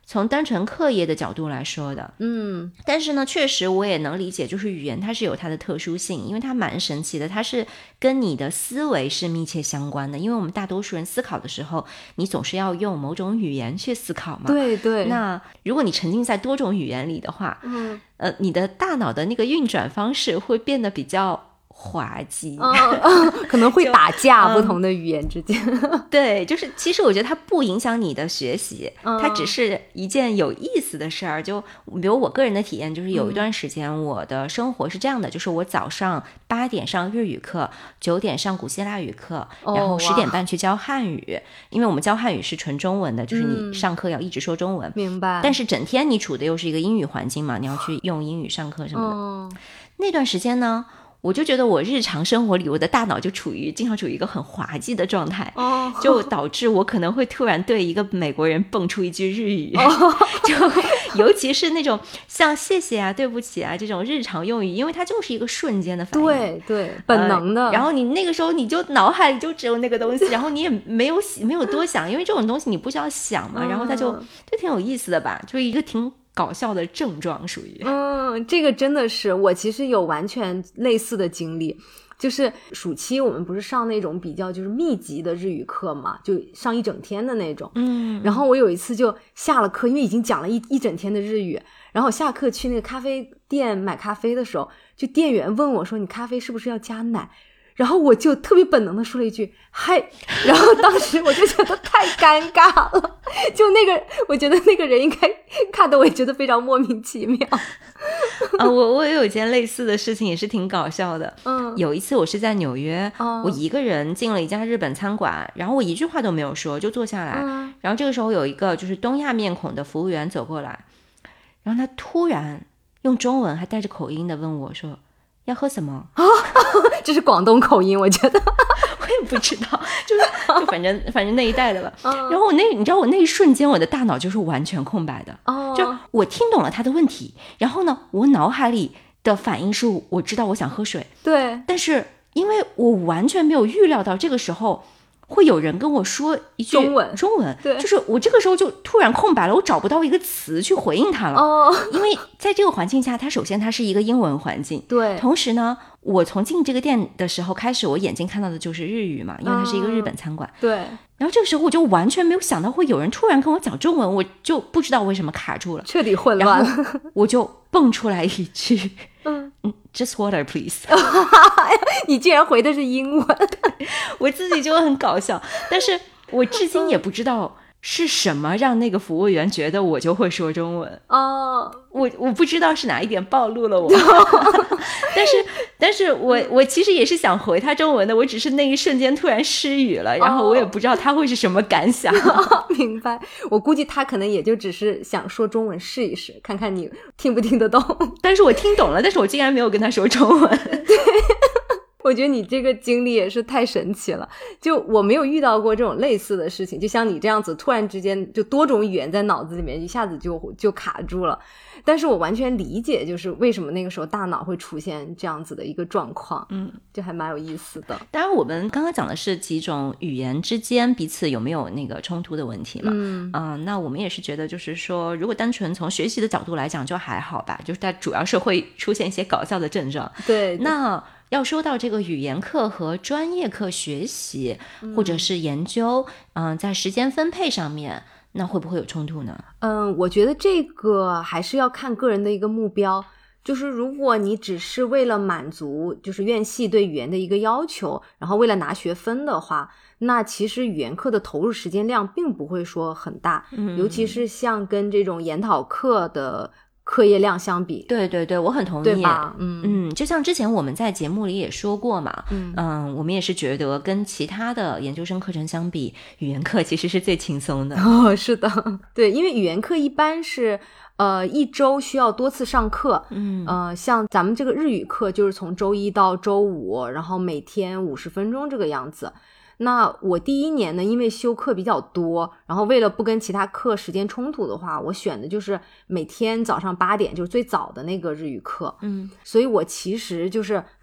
A: 从单纯课业的角度来说的。
B: 嗯，
A: 但是呢确实我也能理解，就是语言它是有它的特殊性，因为它蛮神奇的，它是跟你的思维是密切相关的，因为我们大多数人思考的时候，你总是要用某种语言去思考嘛。
B: 对对。
A: 那如果你沉浸在多种语言里的话，
B: 嗯，
A: 呃，你的大脑的那个运转方式会变得比较滑稽，
B: 嗯、可能会打架，不同的语言之间。
A: 对，就是其实我觉得它不影响你的学习，
B: 嗯、
A: 它只是一件有意思的事儿。就比如我个人的体验，就是有一段时间我的生活是这样的，嗯、就是我早上八点上日语课，九点上古希腊语课，
B: 哦、
A: 然后十点半去教汉语，因为我们教汉语是纯中文的，就是你上课要一直说中文。
B: 嗯、明白。
A: 但是整天你处的又是一个英语环境嘛，你要去用英语上课什么的。
B: 嗯、
A: 那段时间呢，我就觉得我日常生活里我的大脑就处于经常处于一个很滑稽的状态，
B: 哦、
A: 就导致我可能会突然对一个美国人蹦出一句日语，哦、就尤其是那种像谢谢啊对不起啊这种日常用语，因为它就是一个瞬间的反应，
B: 对对，本能的、
A: 呃、然后你那个时候你就脑海里就只有那个东西，然后你也没有没有多想，因为这种东西你不需要想嘛，然后它就就挺有意思的吧，就一个挺搞笑的症状属于。
B: 嗯，这个真的是我其实有完全类似的经历，就是暑期我们不是上那种比较就是密集的日语课嘛，就上一整天的那种。
A: 嗯，
B: 然后我有一次就下了课，因为已经讲了一一整天的日语，然后我下课去那个咖啡店买咖啡的时候，就店员问我说你咖啡是不是要加奶，然后我就特别本能的说了一句嗨，然后当时我就觉得太尴尬了，就那个我觉得那个人应该看得我也觉得非常莫名其妙。
A: 啊，我我也有一件类似的事情，也是挺搞笑的。
B: 嗯，
A: 有一次我是在纽约，
B: 哦、
A: 我一个人进了一家日本餐馆，然后我一句话都没有说就坐下来，
B: 嗯、
A: 然后这个时候有一个就是东亚面孔的服务员走过来，然后他突然用中文还带着口音的问我说要喝什么。
B: 啊，这是广东口音我觉得。
A: 我也不知道，就是就反正反正那一带的吧。
B: 嗯、
A: 然后我那你知道我那一瞬间我的大脑就是完全空白的。
B: 哦，
A: 就我听懂了他的问题，然后呢我脑海里的反应是我知道我想喝水。
B: 对，
A: 但是因为我完全没有预料到这个时候会有人跟我说一句
B: 中文，
A: 中文，
B: 对，
A: 就是我这个时候就突然空白了，我找不到一个词去回应他了。
B: 哦，
A: 因为在这个环境下，它首先它是一个英文环境，
B: 对，
A: 同时呢，我从进这个店的时候开始，我眼睛看到的就是日语嘛，因为它是一个日本餐馆，
B: 嗯、对。
A: 然后这个时候我就完全没有想到会有人突然跟我讲中文，我就不知道为什么卡住了，
B: 彻底混乱，
A: 然后我就蹦出来一句
B: 嗯
A: ，Just water please。
B: 你竟然回的是英文，
A: 我自己就很搞笑，但是我至今也不知道是什么让那个服务员觉得我就会说中文。
B: 哦，
A: 我我不知道是哪一点暴露了我，但是但是我我其实也是想回他中文的，我只是那一瞬间突然失语了，然后我也不知道他会是什么感想。
B: 哦、明白，我估计他可能也就只是想说中文试一试，看看你听不听得懂。
A: 但是我听懂了，但是我竟然没有跟他说中文。
B: 对。我觉得你这个经历也是太神奇了，就我没有遇到过这种类似的事情，就像你这样子突然之间就多种语言在脑子里面一下子就就卡住了，但是我完全理解就是为什么那个时候大脑会出现这样子的一个状况，
A: 嗯，
B: 就还蛮有意思的。
A: 当然我们刚刚讲的是几种语言之间彼此有没有那个冲突的问题嘛，
B: 嗯、
A: 呃、那我们也是觉得就是说如果单纯从学习的角度来讲就还好吧，就是它主要是会出现一些搞笑的症状。
B: 对，
A: 那要说到这个语言课和专业课学习或者是研究，嗯、呃，在时间分配上面那会不会有冲突呢？
B: 嗯，我觉得这个还是要看个人的一个目标，就是如果你只是为了满足就是院系对语言的一个要求，然后为了拿学分的话，那其实语言课的投入时间量并不会说很大，
A: 嗯，
B: 尤其是像跟这种研讨课的课业量相比。
A: 对对对，我很同意，
B: 对吧？嗯
A: 嗯，就像之前我们在节目里也说过嘛，
B: 嗯
A: 嗯，我们也是觉得跟其他的研究生课程相比，语言课其实是最轻松的。
B: 哦，是的，对，因为语言课一般是呃一周需要多次上课，
A: 嗯
B: 呃，像咱们这个日语课就是从周一到周五，然后每天五十分钟这个样子。那我第一年呢，因为修课比较多，然后为了不跟其他课时间冲突的话，我选的就是每天早上八点就是最早的那个日语课，
A: 嗯，
B: 所以我其实就是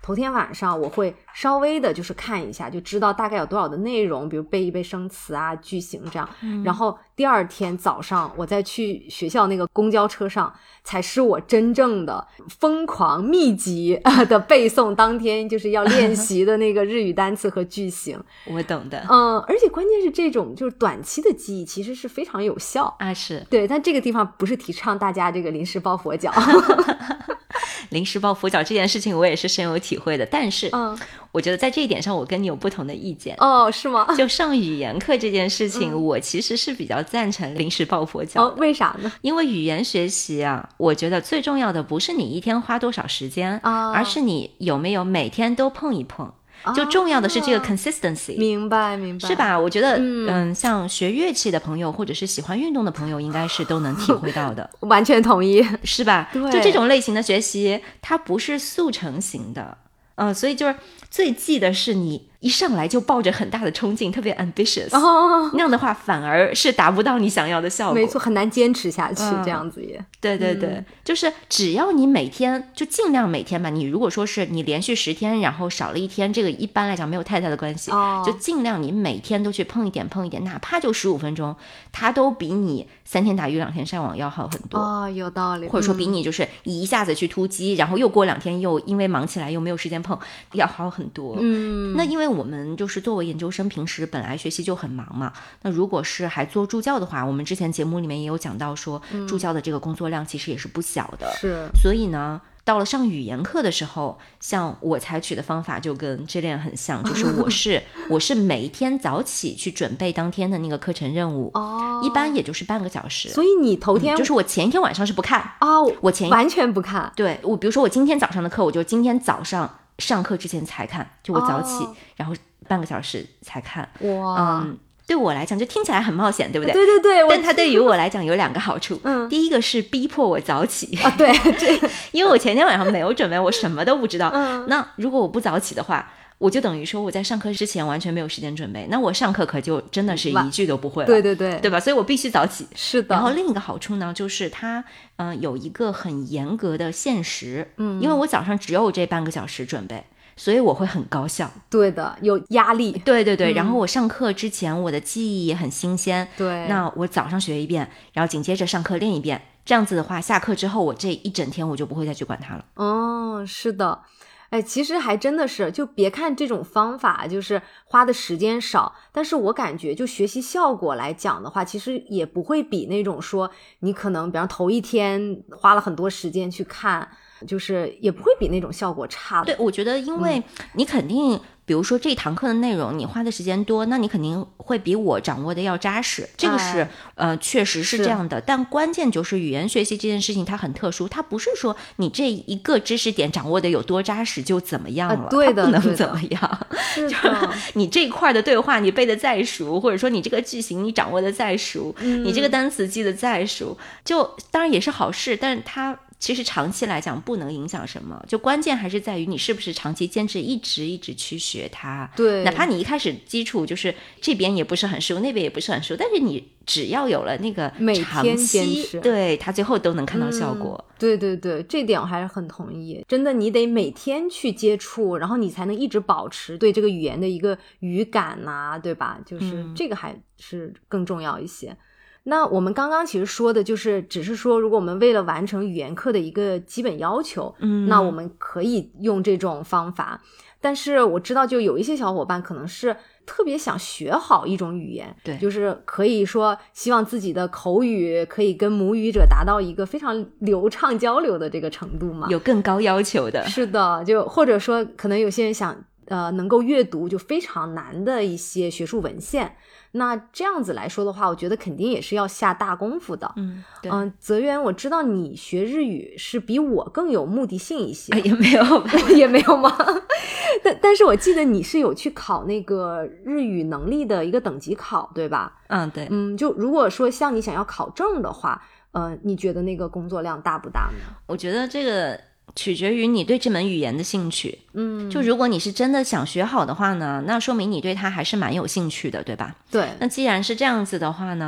B: 头天晚上我会稍微的就是看一下，就知道大概有多少的内容，比如背一背生词啊句型这样、嗯、然后第二天早上我再去学校那个公交车上才是我真正的疯狂密集的背诵当天就是要练习的那个日语单词和句型
A: 我懂的。
B: 嗯，而且关键是这种就是短期的记忆其实是非常有效
A: 啊，是
B: 对，但这个地方不是提倡大家这个临时抱佛脚
A: 临时抱佛脚这件事情我也是深有体会的，但是嗯，我觉得在这一点上我跟你有不同的意见。
B: 哦，是吗？
A: 就上语言课这件事情、嗯、我其实是比较赞成临时抱佛脚的、
B: 哦、为啥呢？
A: 因为语言学习啊，我觉得最重要的不是你一天花多少时间、哦、而是你有没有每天都碰一碰，就重要的是这个 consistency、哦、
B: 明白明白，
A: 是吧？我觉得 嗯, 嗯，像学乐器的朋友或者是喜欢运动的朋友应该是都能体会到的
B: 完全同意，
A: 是吧？对，就这种类型的学习它不是速成型的，嗯，所以就是最忌的是你一上来就抱着很大的冲劲，特别 ambitious、哦、那样的话反而是达不到你想要的效果，
B: 没错，很难坚持下去、嗯、这样子也
A: 对对对、嗯、就是只要你每天就尽量每天吧，你如果说是你连续十天然后少了一天，这个一般来讲没有太大的关系、哦、就尽量你每天都去碰一点碰一点，哪怕就十五分钟，它都比你三天打鱼两天晒网要好很多。
B: 哦，有道理。
A: 或者说比你就是一下子去突击、嗯、然后又过两天又因为忙起来又没有时间碰要好很多。嗯，那因为我们就是作为研究生平时本来学习就很忙嘛，那如果是还做助教的话，我们之前节目里面也有讲到说、嗯、助教的这个工作量其实也是不小的，
B: 是，
A: 所以呢到了上语言课的时候，像我采取的方法就跟这练很像，就是我是我是每一天早起去准备当天的那个课程任务，哦，一般也就是半个小时。
B: 所以你头天、
A: 嗯、就是我前一天晚上是不看
B: 哦，
A: 我前
B: 完全不看。
A: 对，我比如说我今天早上的课，我就今天早上上课之前才看，就我早起、哦、然后半个小时才看。哇，嗯。对我来讲就听起来很冒险，对不对？
B: 对对对，
A: 但它对于我来讲有两个好处。嗯，第一个是逼迫我早起
B: 啊，对，这
A: 因为我前天晚上没有准备，我什么都不知道。嗯，那如果我不早起的话，我就等于说我在上课之前完全没有时间准备，那我上课可就真的是一句都不会了。
B: 对对对，
A: 对吧？所以我必须早起。
B: 是的。
A: 然后另一个好处呢，就是它嗯、呃、有一个很严格的限时，嗯，因为我早上只有这半个小时准备。所以我会很高效。
B: 对的，有压力。
A: 对对对、嗯、然后我上课之前我的记忆也很新鲜。
B: 对，
A: 那我早上学一遍，然后紧接着上课练一遍，这样子的话下课之后我这一整天我就不会再去管它了。
B: 哦，是的。哎，其实还真的是，就别看这种方法就是花的时间少，但是我感觉就学习效果来讲的话，其实也不会比那种说你可能比方头一天花了很多时间去看，就是也不会比那种效果差的。
A: 对，我觉得因为你肯定、嗯、比如说这堂课的内容你花的时间多，那你肯定会比我掌握的要扎实，这个是、哎、呃确实是这样的。但关键就是语言学习这件事情它很特殊，它不是说你这一个知识点掌握的有多扎实就怎么样了、呃、
B: 对的，
A: 它不能怎么样。
B: 是的
A: 你这一块的对话你背的再熟，或者说你这个句型你掌握的再熟、嗯、你这个单词记得再熟，就当然也是好事，但是它其实长期来讲不能影响什么，就关键还是在于你是不是长期坚持一直一直去学它。
B: 对，
A: 哪怕你一开始基础就是这边也不是很熟那边也不是很熟，但是你只要有了那个长期，对，它最后都能看到效果、
B: 嗯、对对对，这点我还是很同意。真的你得每天去接触，然后你才能一直保持对这个语言的一个语感啊，对吧？就是这个还是更重要一些、嗯那我们刚刚其实说的就是只是说如果我们为了完成语言课的一个基本要求，嗯，那我们可以用这种方法。但是我知道就有一些小伙伴可能是特别想学好一种语言，
A: 对，
B: 就是可以说希望自己的口语可以跟母语者达到一个非常流畅交流的这个程度嘛，
A: 有更高要求的。
B: 是的，就或者说可能有些人想呃能够阅读就非常难的一些学术文献，那这样子来说的话，我觉得肯定也是要下大功夫的。
A: 嗯，对。
B: 嗯，泽源，我知道你学日语是比我更有目的性一些。
A: 哎，也没有吧，
B: 也没有吗？但但是我记得你是有去考那个日语能力的一个等级考，对吧？
A: 嗯，对。
B: 嗯，就如果说像你想要考证的话，呃，你觉得那个工作量大不大呢？
A: 我觉得这个取决于你对这门语言的兴趣。嗯，就如果你是真的想学好的话呢，那说明你对它还是蛮有兴趣的，对吧？
B: 对。
A: 那既然是这样子的话呢，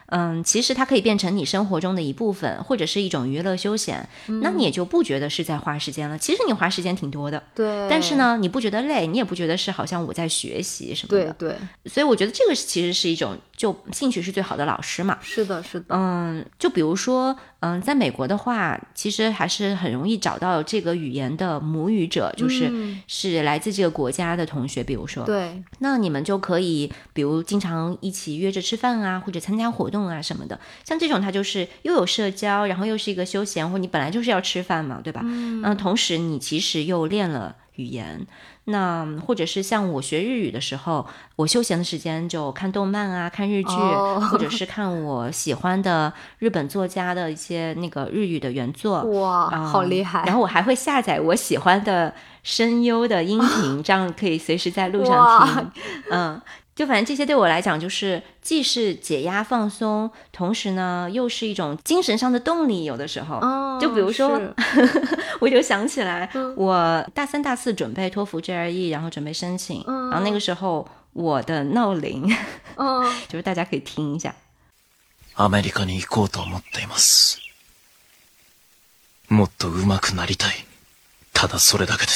A: 嗯，其实它可以变成你生活中的一部分，或者是一种娱乐休闲、嗯、那你也就不觉得是在花时间了。其实你花时间挺多的，
B: 对，
A: 但是呢你不觉得累，你也不觉得是好像我在学习什么的，
B: 对对，
A: 所以我觉得这个其实是一种，就兴趣是最好的老师嘛。
B: 是的是的，
A: 嗯，就比如说嗯，在美国的话其实还是很容易找到这个语言的母语者，就是、嗯、是来自这个国家的同学，比如说
B: 对，
A: 那你们就可以比如经常一起约着吃饭啊，或者参加活动啊什么的，像这种它就是又有社交，然后又是一个休闲，或你本来就是要吃饭嘛，对吧？嗯、呃，同时你其实又练了语言。那或者是像我学日语的时候，我休闲的时间就看动漫啊，看日剧、oh. 或者是看我喜欢的日本作家的一些那个日语的原作。
B: 哇、呃、好厉害。
A: 然后我还会下载我喜欢的声优的音频这样可以随时在路上听。嗯，就反正这些对我来讲就是既是解压放松，同时呢又是一种精神上的动力。有的时候、
B: 哦、
A: 就比如说我就想起来、嗯、我大三大四准备托福 J R E 然后准备申请、嗯、然后那个时候我的闹铃、嗯、就是大家可以听一下。
C: アメリカに行こうと思っています。もっと上手くなりたい。ただそれだけです。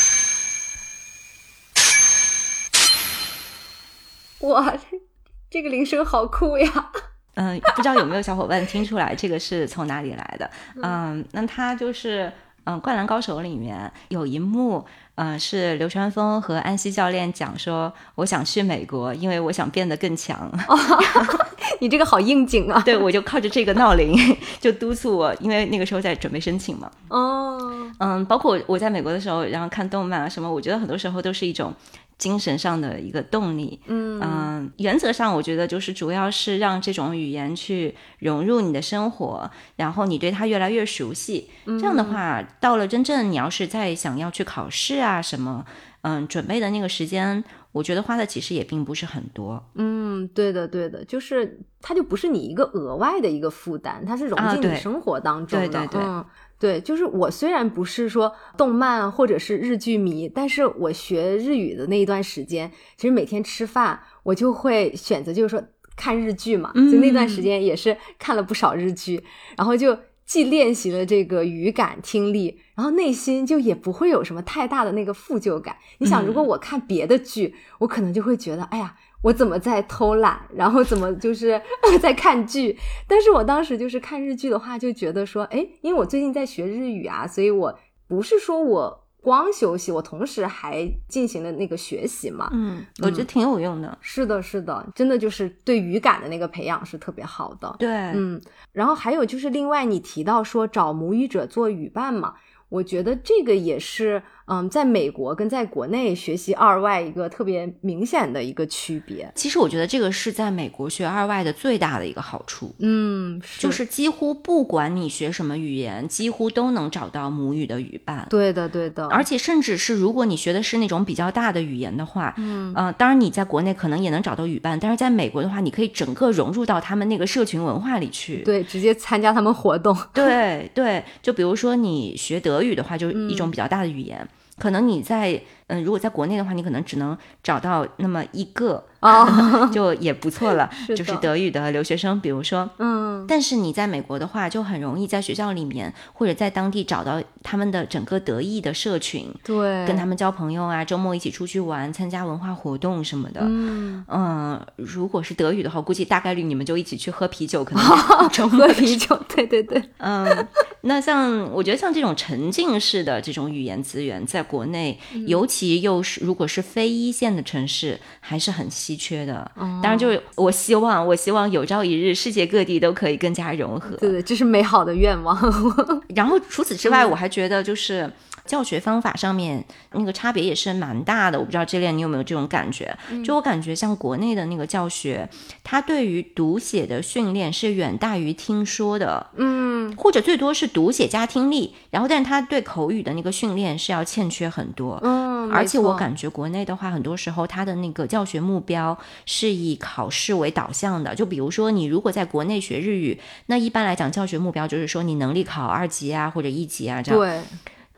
B: 哇，这个铃声好酷呀！
A: 嗯，不知道有没有小伙伴听出来这个是从哪里来的？嗯，那它就是嗯，《灌篮高手》里面有一幕，嗯，是流川枫和安西教练讲说，我想去美国，因为我想变得更强。
B: 哦、你这个好应景啊！
A: 对，我就靠着这个闹铃就督促我，因为那个时候在准备申请嘛。
B: 哦，
A: 嗯，包括我在美国的时候，然后看动漫啊什么，我觉得很多时候都是一种精神上的一个动力。嗯、呃、原则上我觉得就是主要是让这种语言去融入你的生活，然后你对它越来越熟悉、嗯、这样的话到了真正你要是再想要去考试啊什么嗯，准备的那个时间我觉得花的其实也并不是很多。
B: 嗯，对的对的，就是它就不是你一个额外的一个负担，它是融进你生活当中的、
A: 啊、对对对、
B: 嗯对，就是我虽然不是说动漫或者是日剧迷，但是我学日语的那一段时间，其实每天吃饭我就会选择就是说看日剧嘛、嗯、所以那段时间也是看了不少日剧，然后就既练习了这个语感听力，然后内心就也不会有什么太大的那个负疚感。你想如果我看别的剧、嗯、我可能就会觉得哎呀我怎么在偷懒，然后怎么就是在看剧，但是我当时就是看日剧的话就觉得说哎，因为我最近在学日语啊，所以我不是说我光休息，我同时还进行了那个学习嘛。
A: 嗯，我觉得挺有用的、嗯、
B: 是的是的，真的就是对语感的那个培养是特别好的。
A: 对，
B: 嗯，然后还有就是另外你提到说找母语者做语伴嘛，我觉得这个也是嗯，在美国跟在国内学习二外一个特别明显的一个区别。
A: 其实我觉得这个是在美国学二外的最大的一个好处。
B: 嗯，是
A: 就是几乎不管你学什么语言，几乎都能找到母语的语伴。
B: 对的对的，
A: 而且甚至是如果你学的是那种比较大的语言的话，嗯，呃，当然你在国内可能也能找到语伴，但是在美国的话你可以整个融入到他们那个社群文化里去。
B: 对，直接参加他们活动。
A: 对对，就比如说你学德语的话，就是一种比较大的语言、嗯、可能你在嗯，如果在国内的话你可能只能找到那么一个、哦、就也不错了是就是德语的留学生比如说嗯，但是你在美国的话就很容易在学校里面或者在当地找到他们的整个德裔的社群，
B: 对，
A: 跟他们交朋友啊，周末一起出去玩，参加文化活动什么的。嗯嗯，如果是德语的话估计大概率你们就一起去喝啤酒，可能周末
B: 喝啤酒，对对对。
A: 嗯，那像我觉得像这种沉浸式的这种语言资源在国内、嗯、尤其又是如果是非一线的城市还是很稀缺的、嗯、当然就是我希望我希望有朝一日世界各地都可以更加融合。
B: 对对，这是美好的愿望。
A: 然后除此之外、嗯、我还觉得就是教学方法上面那个差别也是蛮大的，我不知道Jillian你有没有这种感觉、嗯、就我感觉像国内的那个教学它对于读写的训练是远大于听说的，嗯，或者最多是读写加听力，然后但是它对口语的那个训练是要欠缺很多。嗯，而且我感觉国内的话很多时候它的那个教学目标是以考试为导向的，就比如说你如果在国内学日语，那一般来讲教学目标就是说你能力考二级啊或者一级啊这样。
B: 对，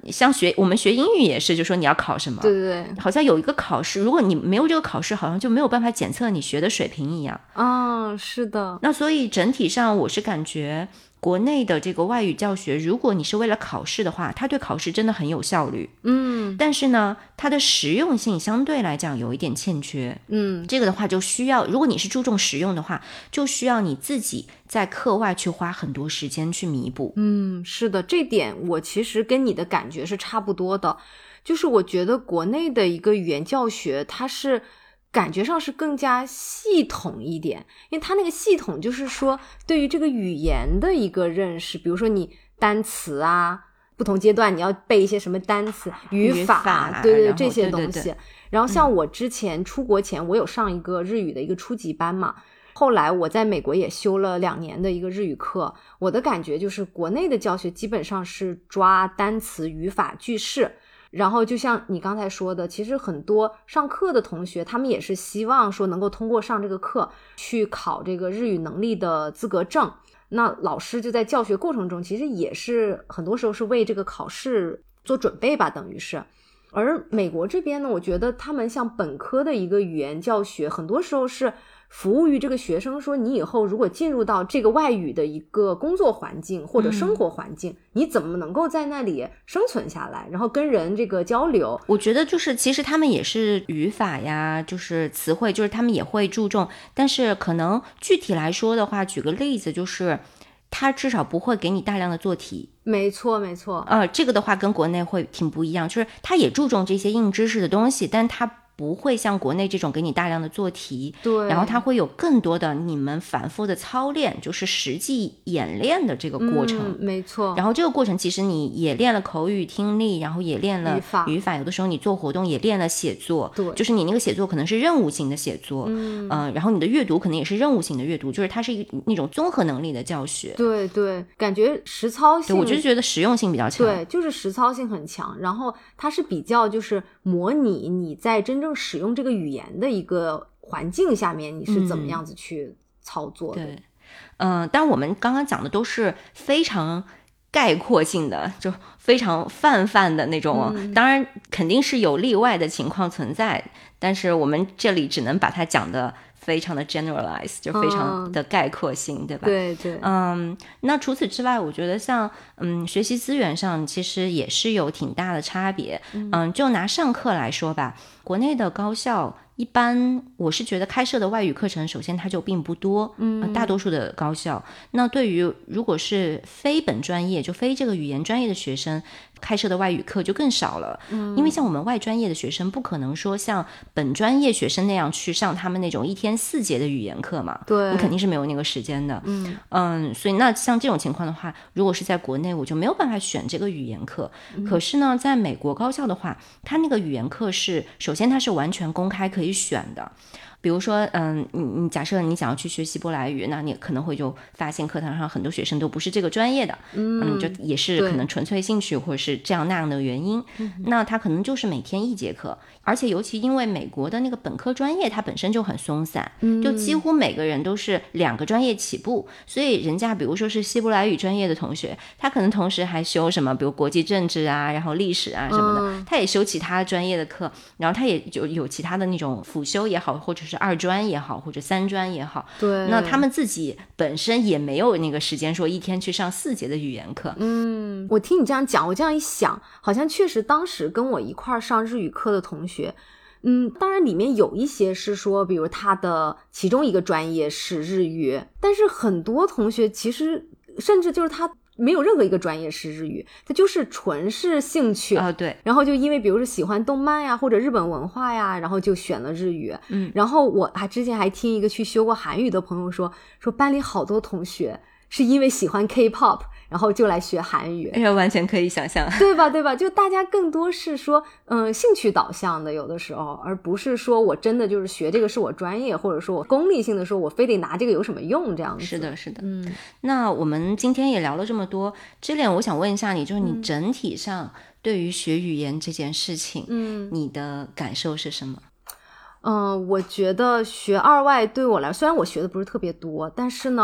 A: 像学我们学英语也是，就说你要考什么，
B: 对对对，
A: 好像有一个考试，如果你没有这个考试，好像就没有办法检测你学的水平一样。
B: 嗯，是的。
A: 那所以整体上我是感觉国内的这个外语教学，如果你是为了考试的话，它对考试真的很有效率，
B: 嗯，
A: 但是呢它的实用性相对来讲有一点欠缺，
B: 嗯，
A: 这个的话就需要，如果你是注重实用的话，就需要你自己在课外去花很多时间去弥补。
B: 嗯，是的，这点我其实跟你的感觉是差不多的，就是我觉得国内的一个语言教学它是感觉上是更加系统一点，因为它那个系统就是说对于这个语言的一个认识，比如说你单词啊，不同阶段你要背一些什么单词语法,
A: 语法
B: 对对这些东西。
A: 对对对，
B: 然后像我之前出国前、嗯、我有上一个日语的一个初级班嘛，后来我在美国也修了两年的一个日语课，我的感觉就是国内的教学基本上是抓单词语法句式，然后就像你刚才说的，其实很多上课的同学他们也是希望说能够通过上这个课去考这个日语能力的资格证，那老师就在教学过程中其实也是很多时候是为这个考试做准备吧，等于是。而美国这边呢，我觉得他们像本科的一个语言教学很多时候是服务于这个学生，说你以后如果进入到这个外语的一个工作环境或者生活环境、嗯、你怎么能够在那里生存下来，然后跟人这个交流。
A: 我觉得就是其实他们也是语法呀，就是词汇，就是他们也会注重，但是可能具体来说的话，举个例子，就是他至少不会给你大量的做题。
B: 没错没错，
A: 呃，这个的话跟国内会挺不一样，就是他也注重这些硬知识的东西，但他不会像国内这种给你大量的做题，
B: 对，
A: 然后它会有更多的你们反复的操练，就是实际演练的这个过程、
B: 嗯、没错。
A: 然后这个过程其实你也练了口语听力，然后也练了
B: 语法，
A: 语法有的时候你做活动也练了写作，
B: 对，
A: 就是你那个写作可能是任务型的写作，嗯、呃，然后你的阅读可能也是任务型的阅读，就是它是一个那种综合能力的教学。
B: 对对，感觉实操性，
A: 对，我就觉得实用性比较强。
B: 对，就是实操性很强，然后它是比较就是模拟你在真正使用这个语言的一个环境下面你是怎么样子去操作的。
A: 嗯、对，嗯、呃，但我们刚刚讲的都是非常概括性的，就非常泛泛的那种、嗯、当然肯定是有例外的情况存在，但是我们这里只能把它讲的非常的 generalize， 就非常的概括性、嗯、对吧？
B: 对对。
A: 嗯，那除此之外我觉得像嗯学习资源上其实也是有挺大的差别。 嗯, 嗯就拿上课来说吧，国内的高校一般我是觉得开设的外语课程首先它就并不多，嗯、呃，大多数的高校，那对于如果是非本专业就非这个语言专业的学生开设的外语课就更少了，嗯，因为像我们外专业的学生不可能说像本专业学生那样去上他们那种一天四节的语言课嘛，
B: 对，
A: 你肯定是没有那个时间的，
B: 嗯
A: 嗯，所以那像这种情况的话，如果是在国内我就没有办法选这个语言课、嗯、可是呢在美国高校的话，它那个语言课是首先它是完全公开可以选的，比如说嗯，你你假设你想要去学希伯来语，那你可能会就发现课堂上很多学生都不是这个专业的，嗯，就也是可能纯粹兴趣或者是这样那样的原因，那他可能就是每天一节课，而且尤其因为美国的那个本科专业它本身就很松散，就几乎每个人都是两个专业起步，所以人家比如说是希伯来语专业的同学，他可能同时还修什么比如国际政治啊，然后历史啊什么的、嗯、他也修其他专业的课，然后他也就有其他的那种辅修也好，或者是二专也好，或者三专也好，
B: 对，
A: 那他们自己本身也没有那个时间说一天去上四节的语言课。
B: 嗯，我听你这样讲，我这样一想，好像确实当时跟我一块上日语课的同学，嗯，当然里面有一些是说比如他的其中一个专业是日语，但是很多同学其实甚至就是他没有任何一个专业是日语，它就是纯是兴趣
A: 啊、哦，对。
B: 然后就因为比如说喜欢动漫呀，或者日本文化呀，然后就选了日语。
A: 嗯，
B: 然后我还之前还听一个去修过韩语的朋友说，说班里好多同学是因为喜欢 K-pop， 然后就来学韩语。
A: 哎呀，完全可以想象，
B: 对吧？对吧？就大家更多是说，嗯，兴趣导向的，有的时候，而不是说我真的就是学这个是我专业，或者说我功利性的说我非得拿这个有什么用这样子。
A: 是的，是的。
B: 嗯，
A: 那我们今天也聊了这么多，这点我想问一下你，就是你整体上对于学语言这件事情，嗯，你的感受是什么？
B: 嗯，我觉得学二外对我来，虽然我学的不是特别多，但是呢。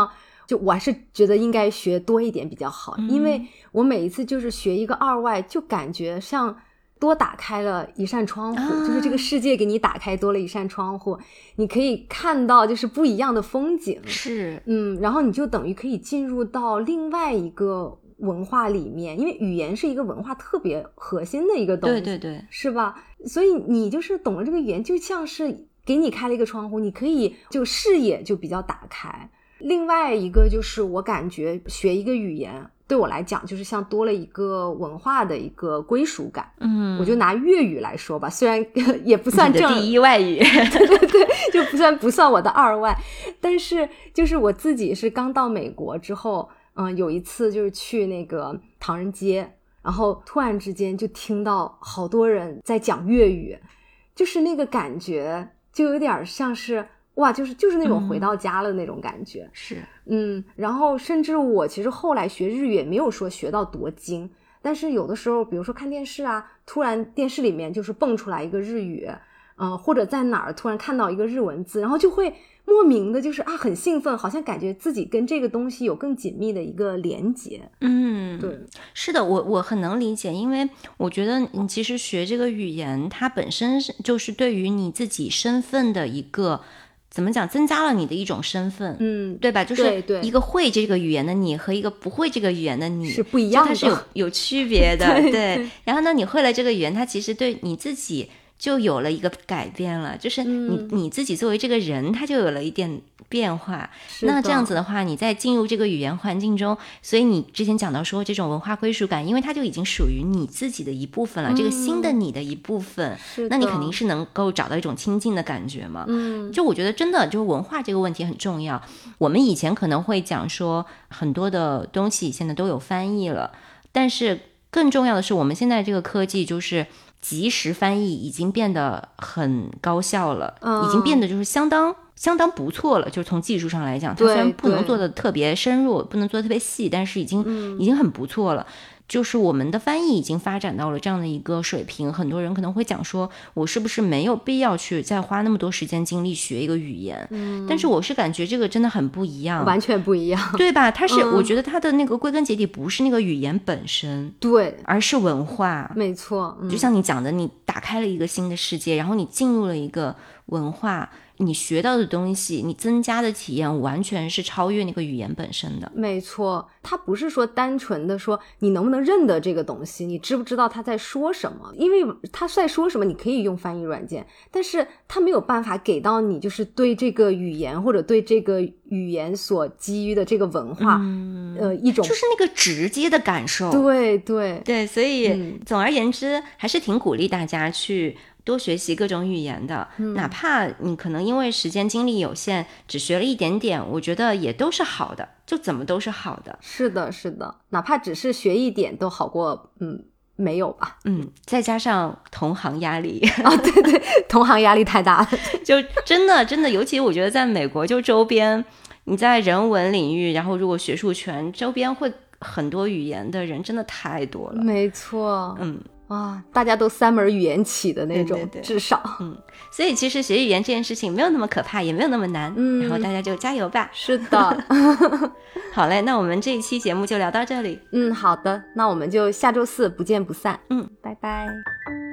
B: 就我还是觉得应该学多一点比较好、嗯、因为我每一次就是学一个二外就感觉像多打开了一扇窗户、啊、就是这个世界给你打开多了一扇窗户，你可以看到就是不一样的风景，
A: 是
B: 嗯，然后你就等于可以进入到另外一个文化里面，因为语言是一个文化特别核心的一个东西，
A: 对对对，
B: 是吧？所以你就是懂了这个语言，就像是给你开了一个窗户，你可以就视野就比较打开。另外一个就是我感觉学一个语言对我来讲就是像多了一个文化的一个归属感。嗯，我就拿粤语来说吧，虽然也不算正
A: 你的第一外语
B: 对对对，就不算不算我的二外，但是就是我自己是刚到美国之后，嗯，有一次就是去那个唐人街，然后突然之间就听到好多人在讲粤语，就是那个感觉就有点像是哇，就是就是那种回到家了那种感觉、
A: 嗯、是
B: 嗯，然后甚至我其实后来学日语也没有说学到多精，但是有的时候比如说看电视啊，突然电视里面就是蹦出来一个日语，嗯、呃，或者在哪儿突然看到一个日文字，然后就会莫名的就是啊很兴奋，好像感觉自己跟这个东西有更紧密的一个连结。
A: 嗯，
B: 对，
A: 是的，我我很能理解，因为我觉得你其实学这个语言它本身就是对于你自己身份的一个怎么讲，增加了你的一种身份，
B: 嗯，
A: 对吧？就是一个会这个语言的你和一个不会这个语言的你
B: 是不一样的，
A: 它是有有区别的
B: 对,
A: 对。然后呢，你会了这个语言，它其实对你自己就有了一个改变了，就是你、嗯、你自己作为这个人，他就有了一点变化。那这样子的话，你在进入这个语言环境中，所以你之前讲到说这种文化归属感，因为它就已经属于你自己的一部分了、嗯、这个新的你的一部分，那你肯定是能够找到一种亲近的感觉嘛。嗯，就我觉得真的就是文化这个问题很重要。我们以前可能会讲说很多的东西现在都有翻译了，但是更重要的是我们现在这个科技就是即时翻译已经变得很高效了、嗯、已经变得就是相当相当不错了，就是从技术上来讲，它虽然不能做的特别深入，不能做的特别细，但是已经、嗯、已经很不错了。就是我们的翻译已经发展到了这样的一个水平，很多人可能会讲说我是不是没有必要去再花那么多时间精力学一个语言、嗯、但是我是感觉这个真的很不一样，
B: 完全不一样，
A: 对吧？它是、嗯、我觉得它的那个归根结底不是那个语言本身，
B: 对，
A: 而是文化，
B: 没错、嗯、
A: 就像你讲的，你打开了一个新的世界，然后你进入了一个文化，你学到的东西，你增加的体验完全是超越那个语言本身的。
B: 没错，它不是说单纯的说你能不能认得这个东西，你知不知道他在说什么，因为他在说什么你可以用翻译软件，但是他没有办法给到你就是对这个语言或者对这个语言所基于的这个文化、嗯、呃，一种
A: 就是那个直接的感受。
B: 对对
A: 对，所以、嗯、总而言之还是挺鼓励大家去多学习各种语言的、嗯、哪怕你可能因为时间精力有限只学了一点点，我觉得也都是好的，就怎么都是好的。
B: 是的是的，哪怕只是学一点都好过嗯没有吧。
A: 嗯，再加上同行压力
B: 啊、哦，对对，同行压力太大了
A: 就真的真的，尤其我觉得在美国，就周边你在人文领域，然后如果学术圈周边会很多语言的人真的太多了。
B: 没错，
A: 嗯，
B: 哇，大家都三门语言起的那种，
A: 对对对，
B: 至少，
A: 嗯，所以其实学语言这件事情没有那么可怕，也没有那么难，嗯，然后大家就加油吧。
B: 是的
A: 好嘞，那我们这一期节目就聊到这里。
B: 嗯，好的，那我们就下周四不见不散。
A: 嗯，
B: 拜拜。